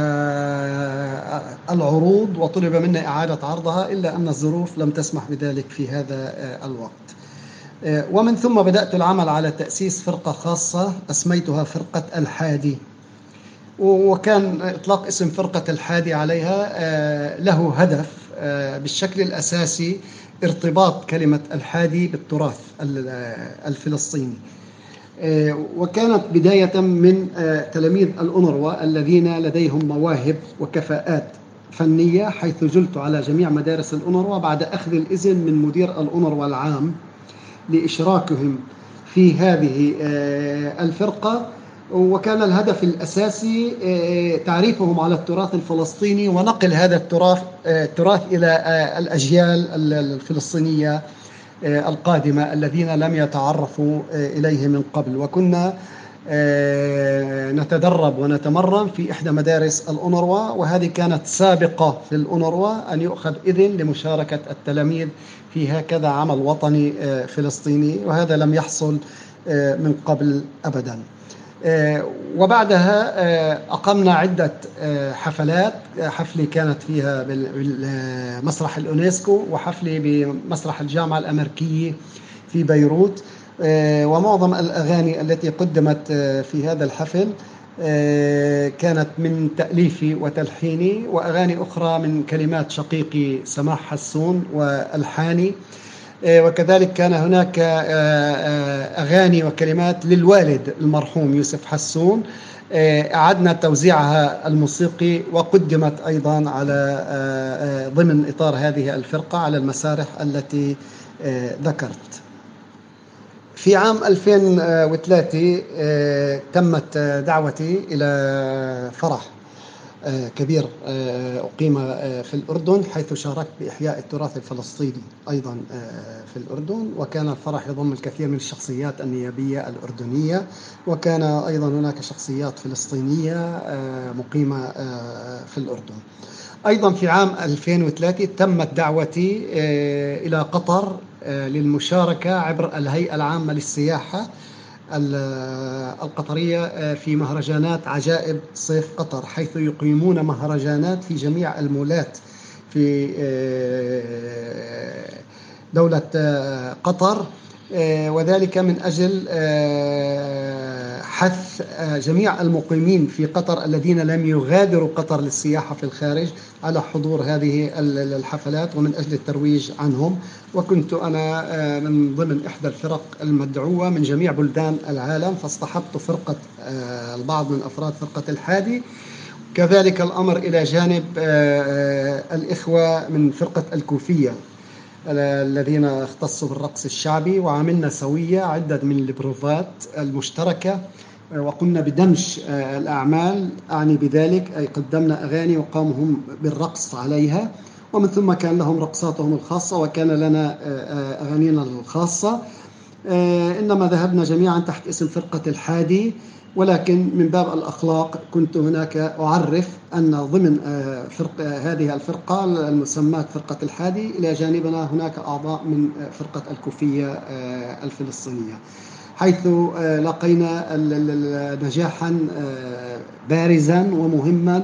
العروض، وطلب منا إعادة عرضها، إلا أن الظروف لم تسمح بذلك في هذا الوقت. ومن ثم بدأت العمل على تأسيس فرقة خاصة أسميتها فرقة الحادي، وكان إطلاق اسم فرقة الحادي عليها له هدف بالشكل الأساسي ارتباط كلمة الحادي بالتراث الفلسطيني. وكانت بداية من تلاميذ الأونروا الذين لديهم مواهب وكفاءات فنية، حيث جلت على جميع مدارس الأونروا بعد أخذ الإذن من مدير الأونروا العام لإشراكهم في هذه الفرقة. وكان الهدف الأساسي تعريفهم على التراث الفلسطيني ونقل هذا التراث التراث إلى الأجيال الفلسطينية القادمة الذين لم يتعرفوا إليه من قبل. وكنا نتدرب ونتمرن في إحدى مدارس الأونروا، وهذه كانت سابقة في الأونروا أن يؤخذ إذن لمشاركة التلاميذ في هكذا عمل وطني فلسطيني، وهذا لم يحصل من قبل أبدا. وبعدها أقمنا عدة حفلات، حفلي كانت فيها بمسرح الأونسكو، وحفلي بمسرح الجامعة الأمريكية في بيروت. ومعظم الأغاني التي قدمت في هذا الحفل كانت من تأليفي وتلحيني، وأغاني أخرى من كلمات شقيقي سماح حسون والحاني. وكذلك كان هناك أغاني وكلمات للوالد المرحوم يوسف حسون، أعدنا توزيعها الموسيقي وقدمت أيضا على ضمن إطار هذه الفرقة على المسارح التي ذكرت. في عام ألفين وثلاثة تمت دعوتي إلى فرح كبير أقيم في الأردن، حيث شاركت بإحياء التراث الفلسطيني أيضا في الأردن. وكان الفرح يضم الكثير من الشخصيات النيابية الأردنية، وكان أيضا هناك شخصيات فلسطينية مقيمة في الأردن. أيضا في عام ألفين وثلاثة تمت دعوتي إلى قطر للمشاركة عبر الهيئة العامة للسياحة القطرية في مهرجانات عجائب صيف قطر، حيث يقيمون مهرجانات في جميع المولات في دولة قطر، وذلك من أجل حث جميع المقيمين في قطر الذين لم يغادروا قطر للسياحة في الخارج على حضور هذه الحفلات، ومن أجل الترويج عنهم. وكنت أنا من ضمن إحدى الفرق المدعوة من جميع بلدان العالم، فاصطحبت فرقة البعض من أفراد فرقة الحادي، كذلك الأمر إلى جانب الإخوة من فرقة الكوفية الذين اختصوا بالرقص الشعبي، وعملنا سوية عدة من البروفات المشتركة، وقمنا بدمج الأعمال. أعني بذلك أي قدمنا أغاني وقاموا هم بالرقص عليها، ومن ثم كان لهم رقصاتهم الخاصة وكان لنا أغانينا الخاصة. إنما ذهبنا جميعا تحت اسم فرقة الحادي، ولكن من باب الأخلاق كنت هناك أعرف أن ضمن فرقة هذه الفرقة المسماة فرقة الحادي إلى جانبنا هناك أعضاء من فرقة الكوفية الفلسطينية، حيث لقينا نجاحا بارزا ومهما،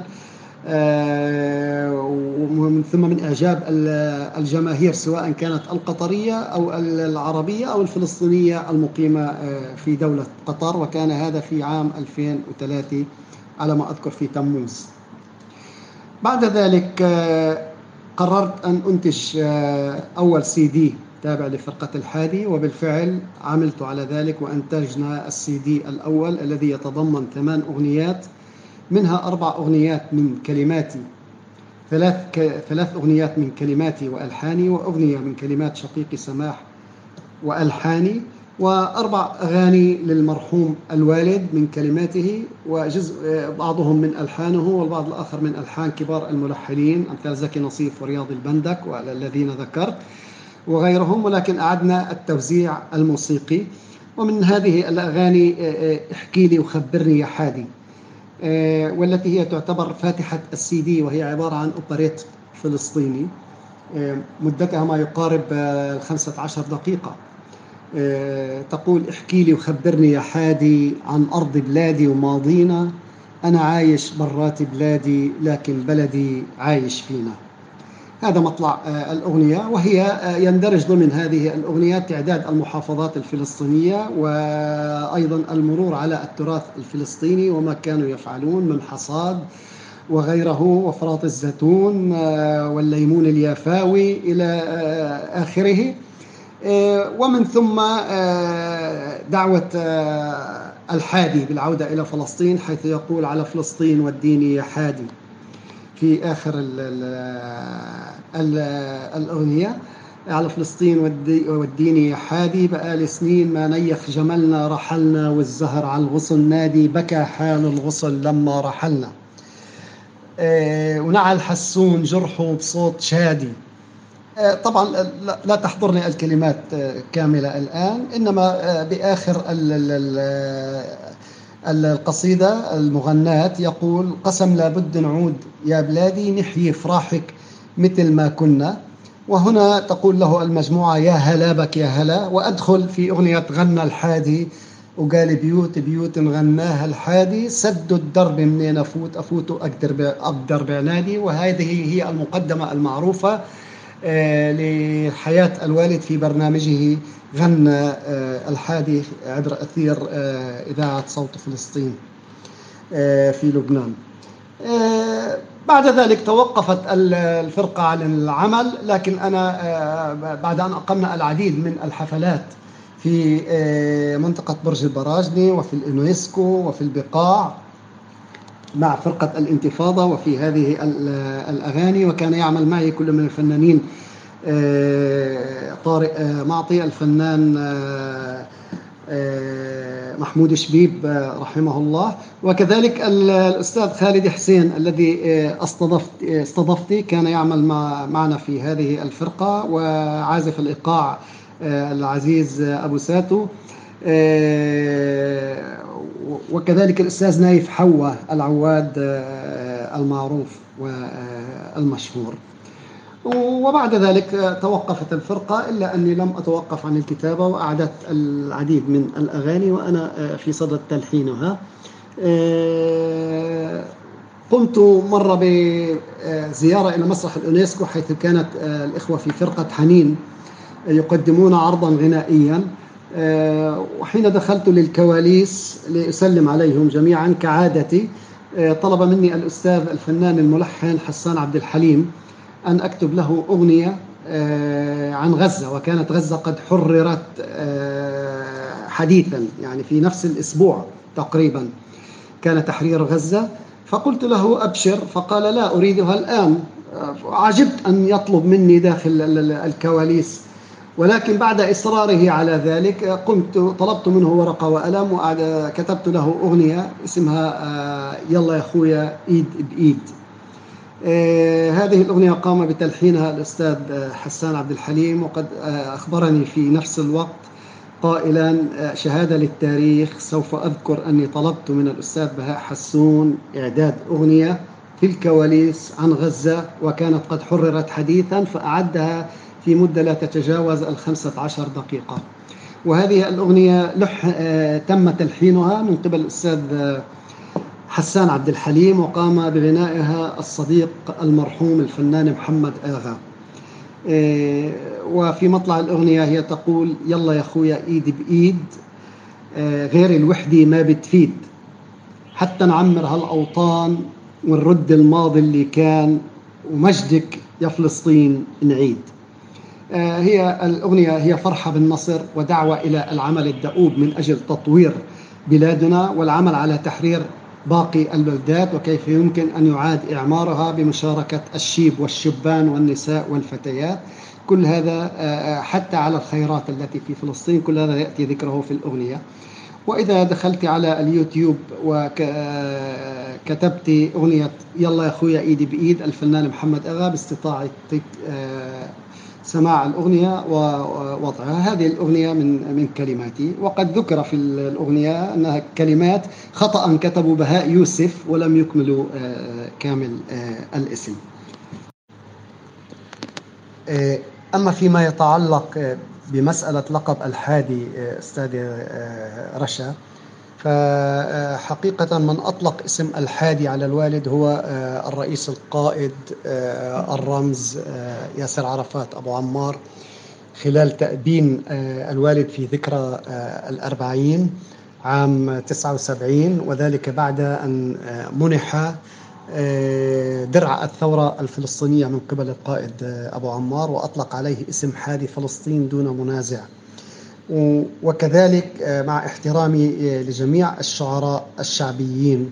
ومن ثم من إعجاب الجماهير سواء كانت القطرية أو العربية أو الفلسطينية المقيمة في دولة قطر. وكان هذا في عام ألفين وثلاثة على ما أذكر في تموز. بعد ذلك قررت أن أنتج أول سي دي تابع لفرقة الحادي، وبالفعل عملت على ذلك وأنتجنا السي دي الأول الذي يتضمن ثمان أغنيات، منها أربع أغنيات من كلماتي، ثلاث ك... ثلاث أغنيات من كلماتي وألحاني، وأغنية من كلمات شقيقي سماح وألحاني، وأربع أغاني للمرحوم الوالد من كلماته، وجزء بعضهم من ألحانه والبعض الآخر من ألحان كبار الملحنين أمثال زكي نصيف ورياض البندك والذين ذكرت وغيرهم. ولكن أعدنا التوزيع الموسيقي. ومن هذه الأغاني احكي لي وخبرني يا حادي، والتي هي تعتبر فاتحة السي دي، وهي عبارة عن أوبريت فلسطيني مدتها ما يقارب خمسة عشر دقيقة. تقول: احكي لي وخبرني يا حادي عن أرض بلادي وماضينا، أنا عايش برات بلادي لكن بلدي عايش فينا. هذا مطلع الأغنية، وهي يندرج ضمن هذه الأغنية تعداد المحافظات الفلسطينية، وأيضا المرور على التراث الفلسطيني وما كانوا يفعلون من حصاد وغيره، وفراط الزيتون والليمون اليافاوي إلى آخره. ومن ثم دعوة الحادي بالعودة إلى فلسطين، حيث يقول: على فلسطين والدين يا حادي في آخر ال ال ال الأغنية. على فلسطين والدين يا حادي، بقال سنين ما نيخ جملنا رحلنا، والزهر على الغصن نادي، بكى حال الغصن لما رحلنا. ونعى الحسون جرحه بصوت شادي. طبعا لا تحضرني الكلمات كاملة الآن، إنما بآخر القصيدة المغناة يقول: قسم لابد نعود يا بلادي، نحيي فرحك مثل ما كنا. وهنا تقول له المجموعة: يا هلا بك يا هلا. وأدخل في أغنية غنى الحادي، وقال: بيوت بيوت غناها الحادي، سدوا الدرب منين أفوت أفوت أقدر أقدر بعنادي. وهذه هي المقدمة المعروفة لحياة الوالد في برنامجه غنى الحادي عبر أثير إذاعة صوت فلسطين في لبنان. بعد ذلك توقفت الفرقة عن العمل، لكن أنا بعد أن أقمنا العديد من الحفلات في منطقة برج البراجني وفي اليونسكو وفي البقاع مع فرقة الانتفاضة وفي هذه الأغاني، وكان يعمل معي كل من الفنانين: طارق معطي، الفنان محمود شبيب رحمه الله، وكذلك الأستاذ خالد حسين الذي استضفت استضفتي كان يعمل معنا في هذه الفرقة، وعازف الإيقاع العزيز أبو ساتو، وكذلك الأستاذ نايف حوا العواد المعروف والمشهور. وبعد ذلك توقفت الفرقة، إلا أني لم أتوقف عن الكتابة، وأعددت العديد من الأغاني وأنا في صدد تلحينها. قمت مرة بزيارة إلى مسرح اليونسكو، حيث كانت الإخوة في فرقة حنين يقدمون عرضا غنائيا، وحين دخلت للكواليس لأسلم عليهم جميعا كعادتي، طلب مني الأستاذ الفنان الملحن حسان عبد الحليم أن أكتب له أغنية عن غزة، وكانت غزة قد حررت حديثا، يعني في نفس الأسبوع تقريبا كان تحرير غزة. فقلت له: أبشر. فقال: لا أريدها الآن. عجبت أن يطلب مني داخل الكواليس، ولكن بعد إصراره على ذلك قمت طلبت منه ورقة وقلم وكتبت له أغنية اسمها يلا يا أخويا إيد بإيد. هذه الأغنية قام بتلحينها الأستاذ حسان عبد الحليم، وقد أخبرني في نفس الوقت قائلا: شهادة للتاريخ، سوف أذكر أني طلبت من الأستاذ بهاء حسون إعداد أغنية في الكواليس عن غزة، وكانت قد حررت حديثا، فأعدها في مدة لا تتجاوز الخمسة عشر دقيقة. وهذه الأغنية لح تم تلحينها من قبل الأستاذ حسان عبد الحليم، وقام بغنائها الصديق المرحوم الفنان محمد آغا. وفي مطلع الأغنية هي تقول: يلا يا أخويا إيد بإيد، غير الوحدة ما بتفيد، حتى نعمر هالأوطان ونرد الماضي اللي كان، ومجدك يا فلسطين نعيد. هي الأغنية هي فرحة بالنصر ودعوة إلى العمل الدؤوب من أجل تطوير بلادنا والعمل على تحرير باقي البلدات، وكيف يمكن أن يعاد إعمارها بمشاركة الشيب والشبان والنساء والفتيات. كل هذا حتى على الخيرات التي في فلسطين، كل هذا يأتي ذكره في الأغنية. وإذا دخلت على اليوتيوب وكتبت أغنية يلا يا أخويا إيدي بإيد الفنان محمد آغا، باستطاعتك سماع الأغنية ووضعها. هذه الأغنية من من كلماتي، وقد ذكر في الأغنية أنها كلمات خطأ كتبوا بهاء يوسف ولم يكملوا كامل الاسم. أما فيما يتعلق بمسألة لقب الحادي أستاذ رشا، فحقيقة من أطلق اسم الحادي على الوالد هو الرئيس القائد الرمز ياسر عرفات أبو عمار، خلال تأبين الوالد في ذكرى الأربعين عام تسعة وسبعين، وذلك بعد أن منح درع الثورة الفلسطينية من قبل القائد أبو عمار، وأطلق عليه اسم حادي فلسطين دون منازع. وكذلك مع احترامي لجميع الشعراء الشعبيين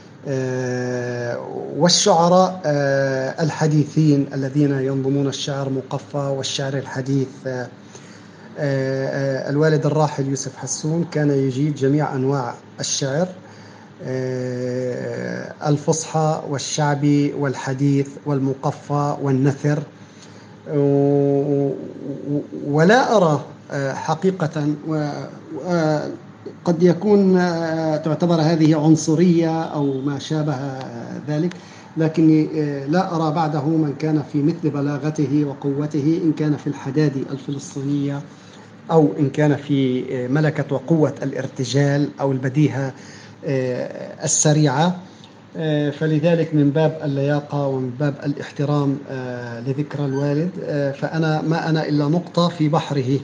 والشعراء الحديثين الذين ينظمون الشعر مقفى والشعر الحديث، الوالد الراحل يوسف حسون كان يجيد جميع أنواع الشعر، الفصحى والشعبي والحديث والمقفى والنثر. ولا أرى حقيقة، وقد يكون تعتبر هذه عنصرية أو ما شابه ذلك، لكني لا أرى بعده من كان في مثل بلاغته وقوته، إن كان في الحدادي الفلسطينية أو إن كان في ملكة وقوة الارتجال أو البديهة السريعة. فلذلك من باب اللياقة ومن باب الاحترام لذكرى الوالد، فأنا ما أنا إلا نقطة في بحره،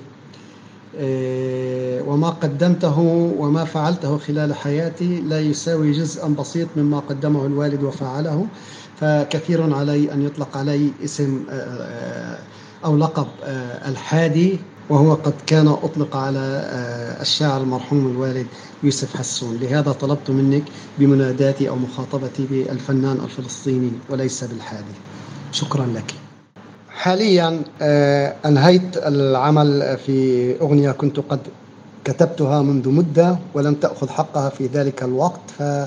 وما قدمته وما فعلته خلال حياتي لا يساوي جزءا بسيط مما قدمه الوالد وفعله. فكثير علي أن يطلق علي اسم أو لقب الحادي، وهو قد كان أطلق على الشاعر المرحوم الوالد يوسف حسون. لهذا طلبت منك بمناداتي أو مخاطبتي بالفنان الفلسطيني وليس بالحادي. شكرا لك. حاليا أنهيت العمل في أغنية كنت قد كتبتها منذ مدة ولم تأخذ حقها في ذلك الوقت،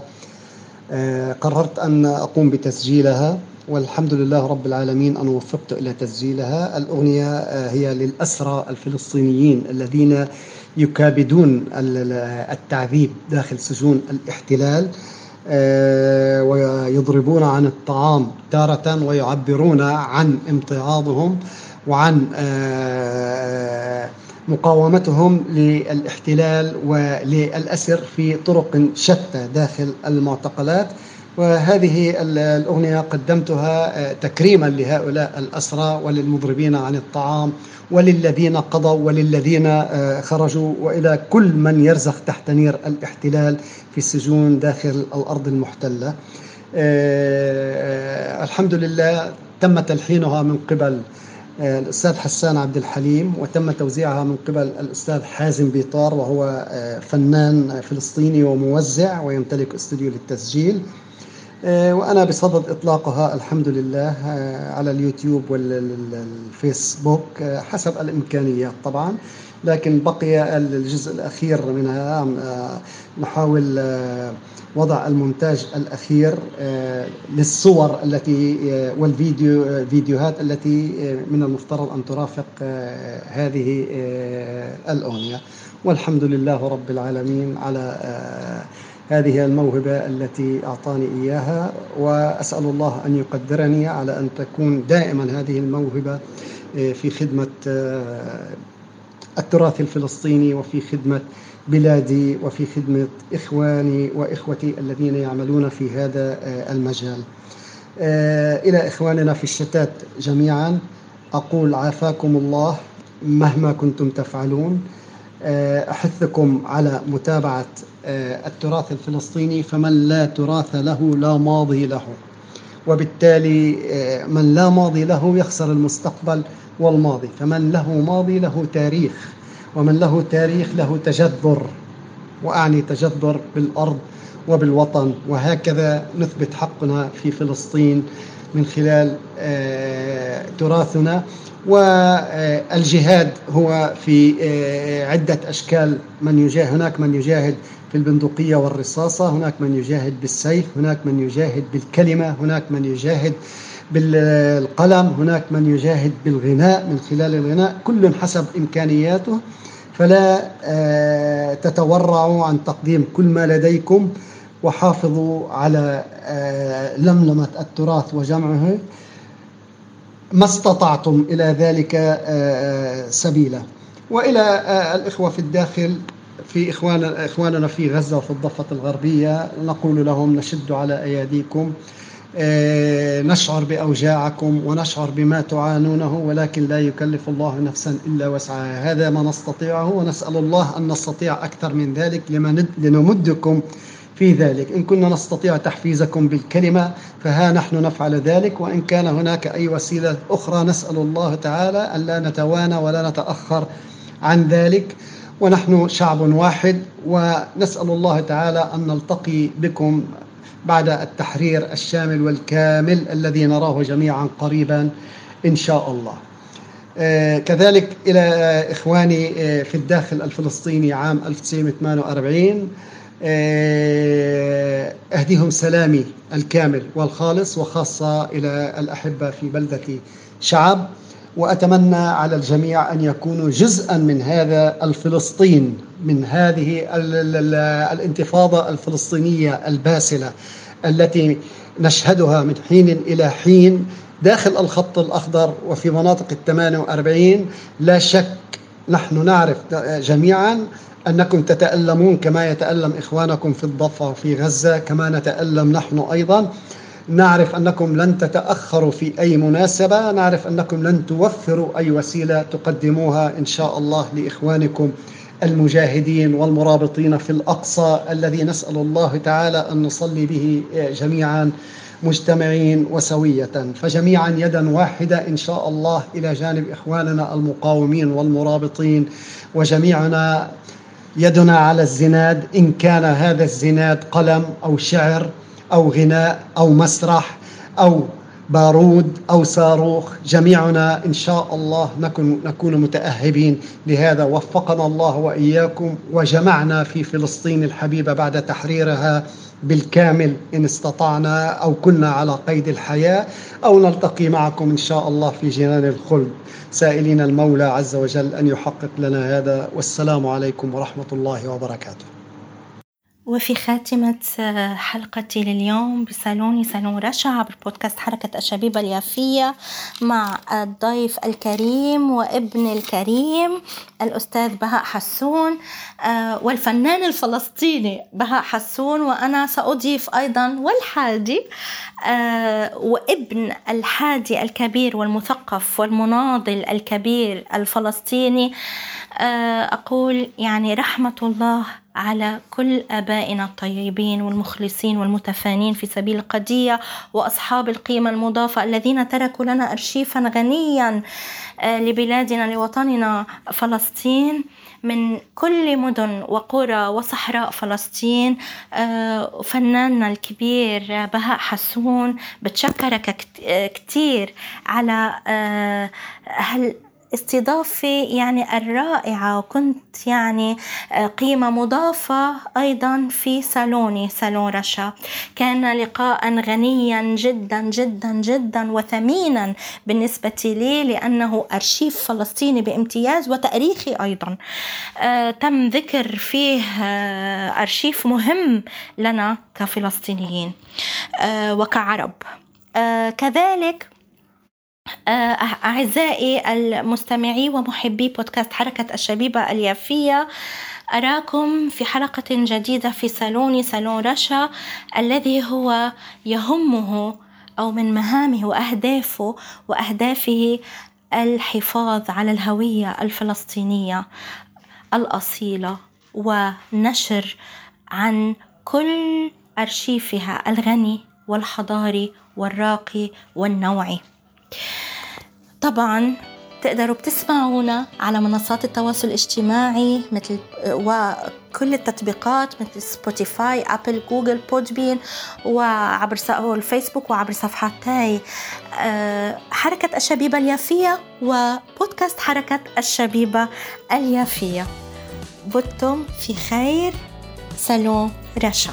فقررت أن أقوم بتسجيلها، والحمد لله رب العالمين أن وفقت إلى تسجيلها. الأغنية هي للأسرى الفلسطينيين الذين يكابدون التعذيب داخل سجون الاحتلال، ويضربون عن الطعام تارة، ويعبرون عن امتعاضهم وعن مقاومتهم للاحتلال وللأسر في طرق شتى داخل المعتقلات. وهذه الأغنية قدمتها تكريما لهؤلاء الأسرى وللمضربين عن الطعام وللذين قضوا وللذين خرجوا، وإلى كل من يرزخ تحت نير الاحتلال في السجون داخل الأرض المحتلة. الحمد لله تم تلحينها من قبل الأستاذ حسان عبد الحليم، وتم توزيعها من قبل الأستاذ حازم بيطار، وهو فنان فلسطيني وموزع ويمتلك استوديو للتسجيل. وأنا بصدد إطلاقها الحمد لله على اليوتيوب والفيسبوك حسب الإمكانيات طبعا، لكن بقي الجزء الأخير منها، نحاول وضع المونتاج الأخير للصور التي والفيديو فيديوهات التي من المفترض أن ترافق هذه الأغنية. والحمد لله رب العالمين على هذه الموهبة التي أعطاني إياها، وأسأل الله أن يقدرني على أن تكون دائما هذه الموهبة في خدمة التراث الفلسطيني وفي خدمة بلادي وفي خدمة إخواني وإخوتي الذين يعملون في هذا المجال. إلى إخواننا في الشتات جميعا أقول عافاكم الله مهما كنتم تفعلون. أحثكم على متابعة التراث الفلسطيني، فمن لا تراث له لا ماضي له، وبالتالي من لا ماضي له يخسر المستقبل والماضي، فمن له ماضي له تاريخ، ومن له تاريخ له تجذر، وأعني تجذر بالأرض وبالوطن. وهكذا نثبت حقنا في فلسطين من خلال تراثنا. والجهاد هو في عدة أشكال، من يجاهد هناك من يجاهد في البندقية والرصاصة، هناك من يجاهد بالسيف، هناك من يجاهد بالكلمة، هناك من يجاهد بالقلم، هناك من يجاهد بالغناء من خلال الغناء، كل حسب إمكانياته. فلا تتورعوا عن تقديم كل ما لديكم، وحافظوا على لملمة التراث وجمعه ما استطعتم إلى ذلك سبيلا. وإلى الإخوة في الداخل، في إخواننا, إخواننا في غزة وفي الضفة الغربية، نقول لهم نشد على أيديكم، نشعر بأوجاعكم ونشعر بما تعانونه، ولكن لا يكلف الله نفسا إلا وسعها. هذا ما نستطيعه، ونسأل الله أن نستطيع أكثر من ذلك لنمدكم في ذلك. إن كنا نستطيع تحفيزكم بالكلمة فها نحن نفعل ذلك، وإن كان هناك أي وسيلة أخرى نسأل الله تعالى أن لا نتوانى ولا نتأخر عن ذلك. ونحن شعب واحد، ونسأل الله تعالى أن نلتقي بكم بعد التحرير الشامل والكامل الذي نراه جميعا قريبا إن شاء الله. آه كذلك إلى إخواني آه في الداخل الفلسطيني عام ألف وتسعمائة وثمانية وأربعين، آه أهديهم سلامي الكامل والخالص، وخاصة إلى الأحبة في بلدة شعب، وأتمنى على الجميع أن يكونوا جزءا من هذا الفلسطين، من هذه الانتفاضة الفلسطينية الباسلة التي نشهدها من حين إلى حين داخل الخط الأخضر وفي مناطق الثمانية وأربعين. لا شك نحن نعرف جميعا أنكم تتألمون كما يتألم إخوانكم في الضفة وفي غزة، كما نتألم نحن أيضا. نعرف أنكم لن تتأخروا في أي مناسبة، نعرف أنكم لن توفروا أي وسيلة تقدموها إن شاء الله لإخوانكم المجاهدين والمرابطين في الأقصى، الذي نسأل الله تعالى أن نصلي به جميعا مجتمعين وسوية، فجميعا يدا واحدة إن شاء الله إلى جانب إخواننا المقاومين والمرابطين، وجميعنا يدنا على الزناد، إن كان هذا الزناد قلم أو شعر أو غناء أو مسرح أو بارود أو صاروخ، جميعنا إن شاء الله نكون, نكون متأهبين لهذا. وفقنا الله وإياكم، وجمعنا في فلسطين الحبيبة بعد تحريرها بالكامل إن استطعنا، أو كنا على قيد الحياة، أو نلتقي معكم إن شاء الله في جنان الخلد، سائلين المولى عز وجل أن يحقق لنا هذا. والسلام عليكم ورحمة الله وبركاته. وفي خاتمة حلقتي لليوم بصالوني صالون رشا عبر بودكاست حركة الشبيبة اليافية مع الضيف الكريم وابن الكريم الأستاذ بهاء حسون والفنان الفلسطيني بهاء حسون، وأنا سأضيف أيضا والحادي وابن الحادي الكبير والمثقف والمناضل الكبير الفلسطيني. أقول يعني رحمة الله على كل آبائنا الطيبين والمخلصين والمتفانين في سبيل القضية، وأصحاب القيمة المضافة الذين تركوا لنا أرشيفا غنيا لبلادنا لوطننا فلسطين من كل مدن وقرى وصحراء فلسطين. فناننا الكبير بهاء حسون، بتشكرك كتير على هال استضافة يعني الرائعة، وكنت يعني قيمة مضافة أيضا في صالوني صالون رشا. كان لقاء غنيا جدا جدا جدا وثمينا بالنسبة لي، لأنه أرشيف فلسطيني بامتياز وتاريخي أيضا. آه تم ذكر فيه آه أرشيف مهم لنا كفلسطينيين آه وكعرب. آه كذلك أعزائي المستمعي ومحبي بودكاست حركة الشبيبة اليافية، أراكم في حلقة جديدة في صالوني صالون رشا، الذي هو يهمه أو من مهامه وأهدافه وأهدافه الحفاظ على الهوية الفلسطينية الأصيلة، ونشر عن كل أرشيفها الغني والحضاري والراقي والنوعي. طبعا تقدروا بتسمعونا على منصات التواصل الاجتماعي مثل وكل التطبيقات مثل سبوتيفاي، أبل، جوجل، بودبين، وعبر الفيسبوك، وعبر صفحتي حركة الشبيبة اليافية وبودكاست حركة الشبيبة اليافية. بتم في خير. صالون رشا.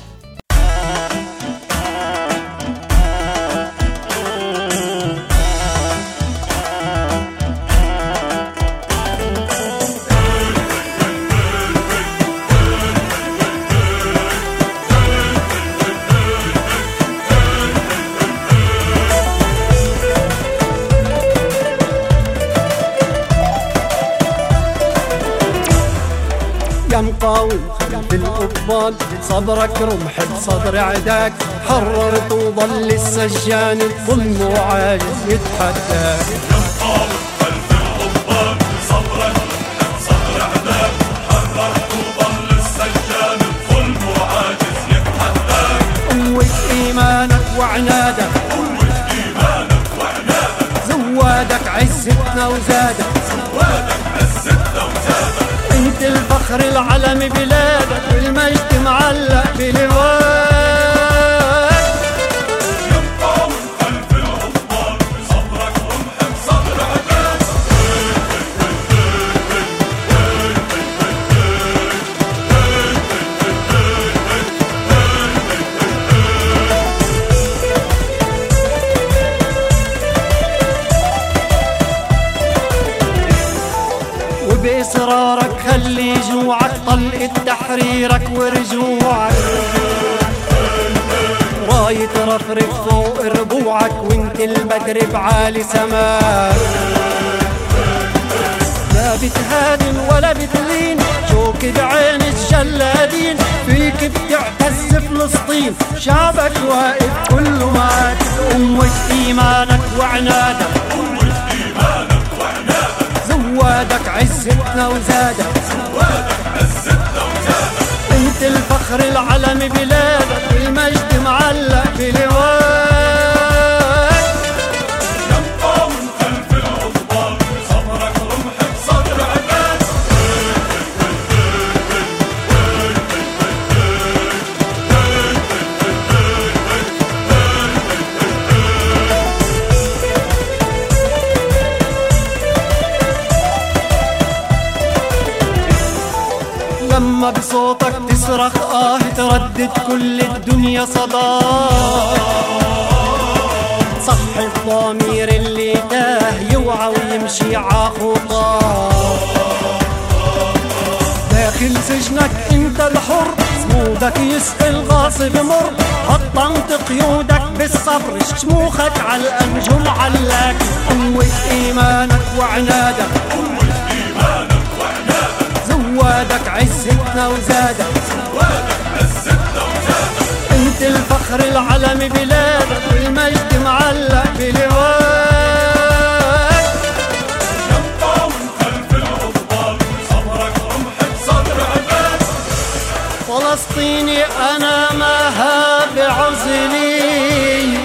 ينقل مقاوم خلف القضبان، صبرك رمح بصدر عداك، حررت وظل السجان الظلم وعاجز يتحداك. يا مقاوم خلف القضبان، صبرك رمح بصدر عداك، حررت وظل السجان الظلم وعاجز يتحداك. قوة إيمانك وعنادك، قوة إيمانك وعنادك، زوادك عزتنا وزادك، زوادك عزتنا وزادك. انت الفخر العلم بلادك، والمجد معلق بلواك. يا مقاوم خلف القضبان، صبرك رمح بصدر عداك. وبإصرارك خلي جوعك طلقة تحريرك ورجوعك، راية رفرف فوق ربوعك، وانت البدر بعالي سماك. لا بتهادن ولا بتلين، شوك بعين الجلادين، فيك بتعتز فلسطين، شعبك واقف كله معاك. قوة إيمانك وعنادك، قوة إيمانك وعنادك، زوادك عزتنا وزادك، زوادك عزتنا وزادك. انت الفخر العلم بلادك، والمجد معلق بلواك. يا مقاوم خلف القضبان، صبرك رمح بصدر عداك. لما بصوتك تصرخ آه تردد كل الدنيا صداك، صحي الضمير اللي تاه يوعى ويمشي عخطاه. داخل سجنك انت الحر، صمودك يسقي الغاصب مر، هطمت قيودك بالصبر، شموخك على الأنجم علاك. قوة إيمانك وعنادك، قوة إيمانك وعنادك، زوادك عزتنا وزادك، زوادك عزتنا وزادك. انت الفخر العلم بلادك، والمجد معلق بلواك. يا مقاوم خلف القضبان، صبرك رمح بصدر عداك. فلسطيني أنا ماها بعزلي،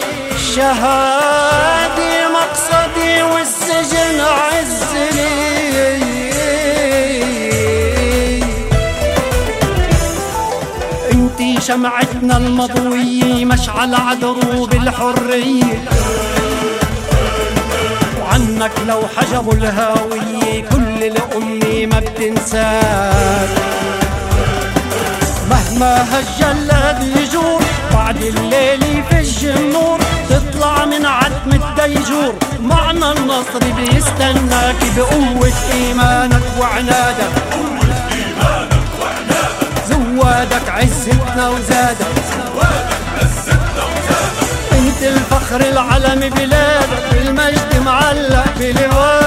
شهادي مقصدي والسجن عزلي. انتي شمعتنا المضوية، مشعل عدروب الحرية، وعنك لو حجبوا الهاوية كل الأمة ما بتنساك. مهما هالجلاد يجور بعد الليل في الجمور، تطلع من عتم الديجور، معنى النصر بيستناك. بقوة إيمانك وعنادك، قوة إيمانك وعنادك، زوادك عزتنا وزادك، زوادك عزتنا وزادك. انت الفخر العلم بلادك، المجد معلق بلواك.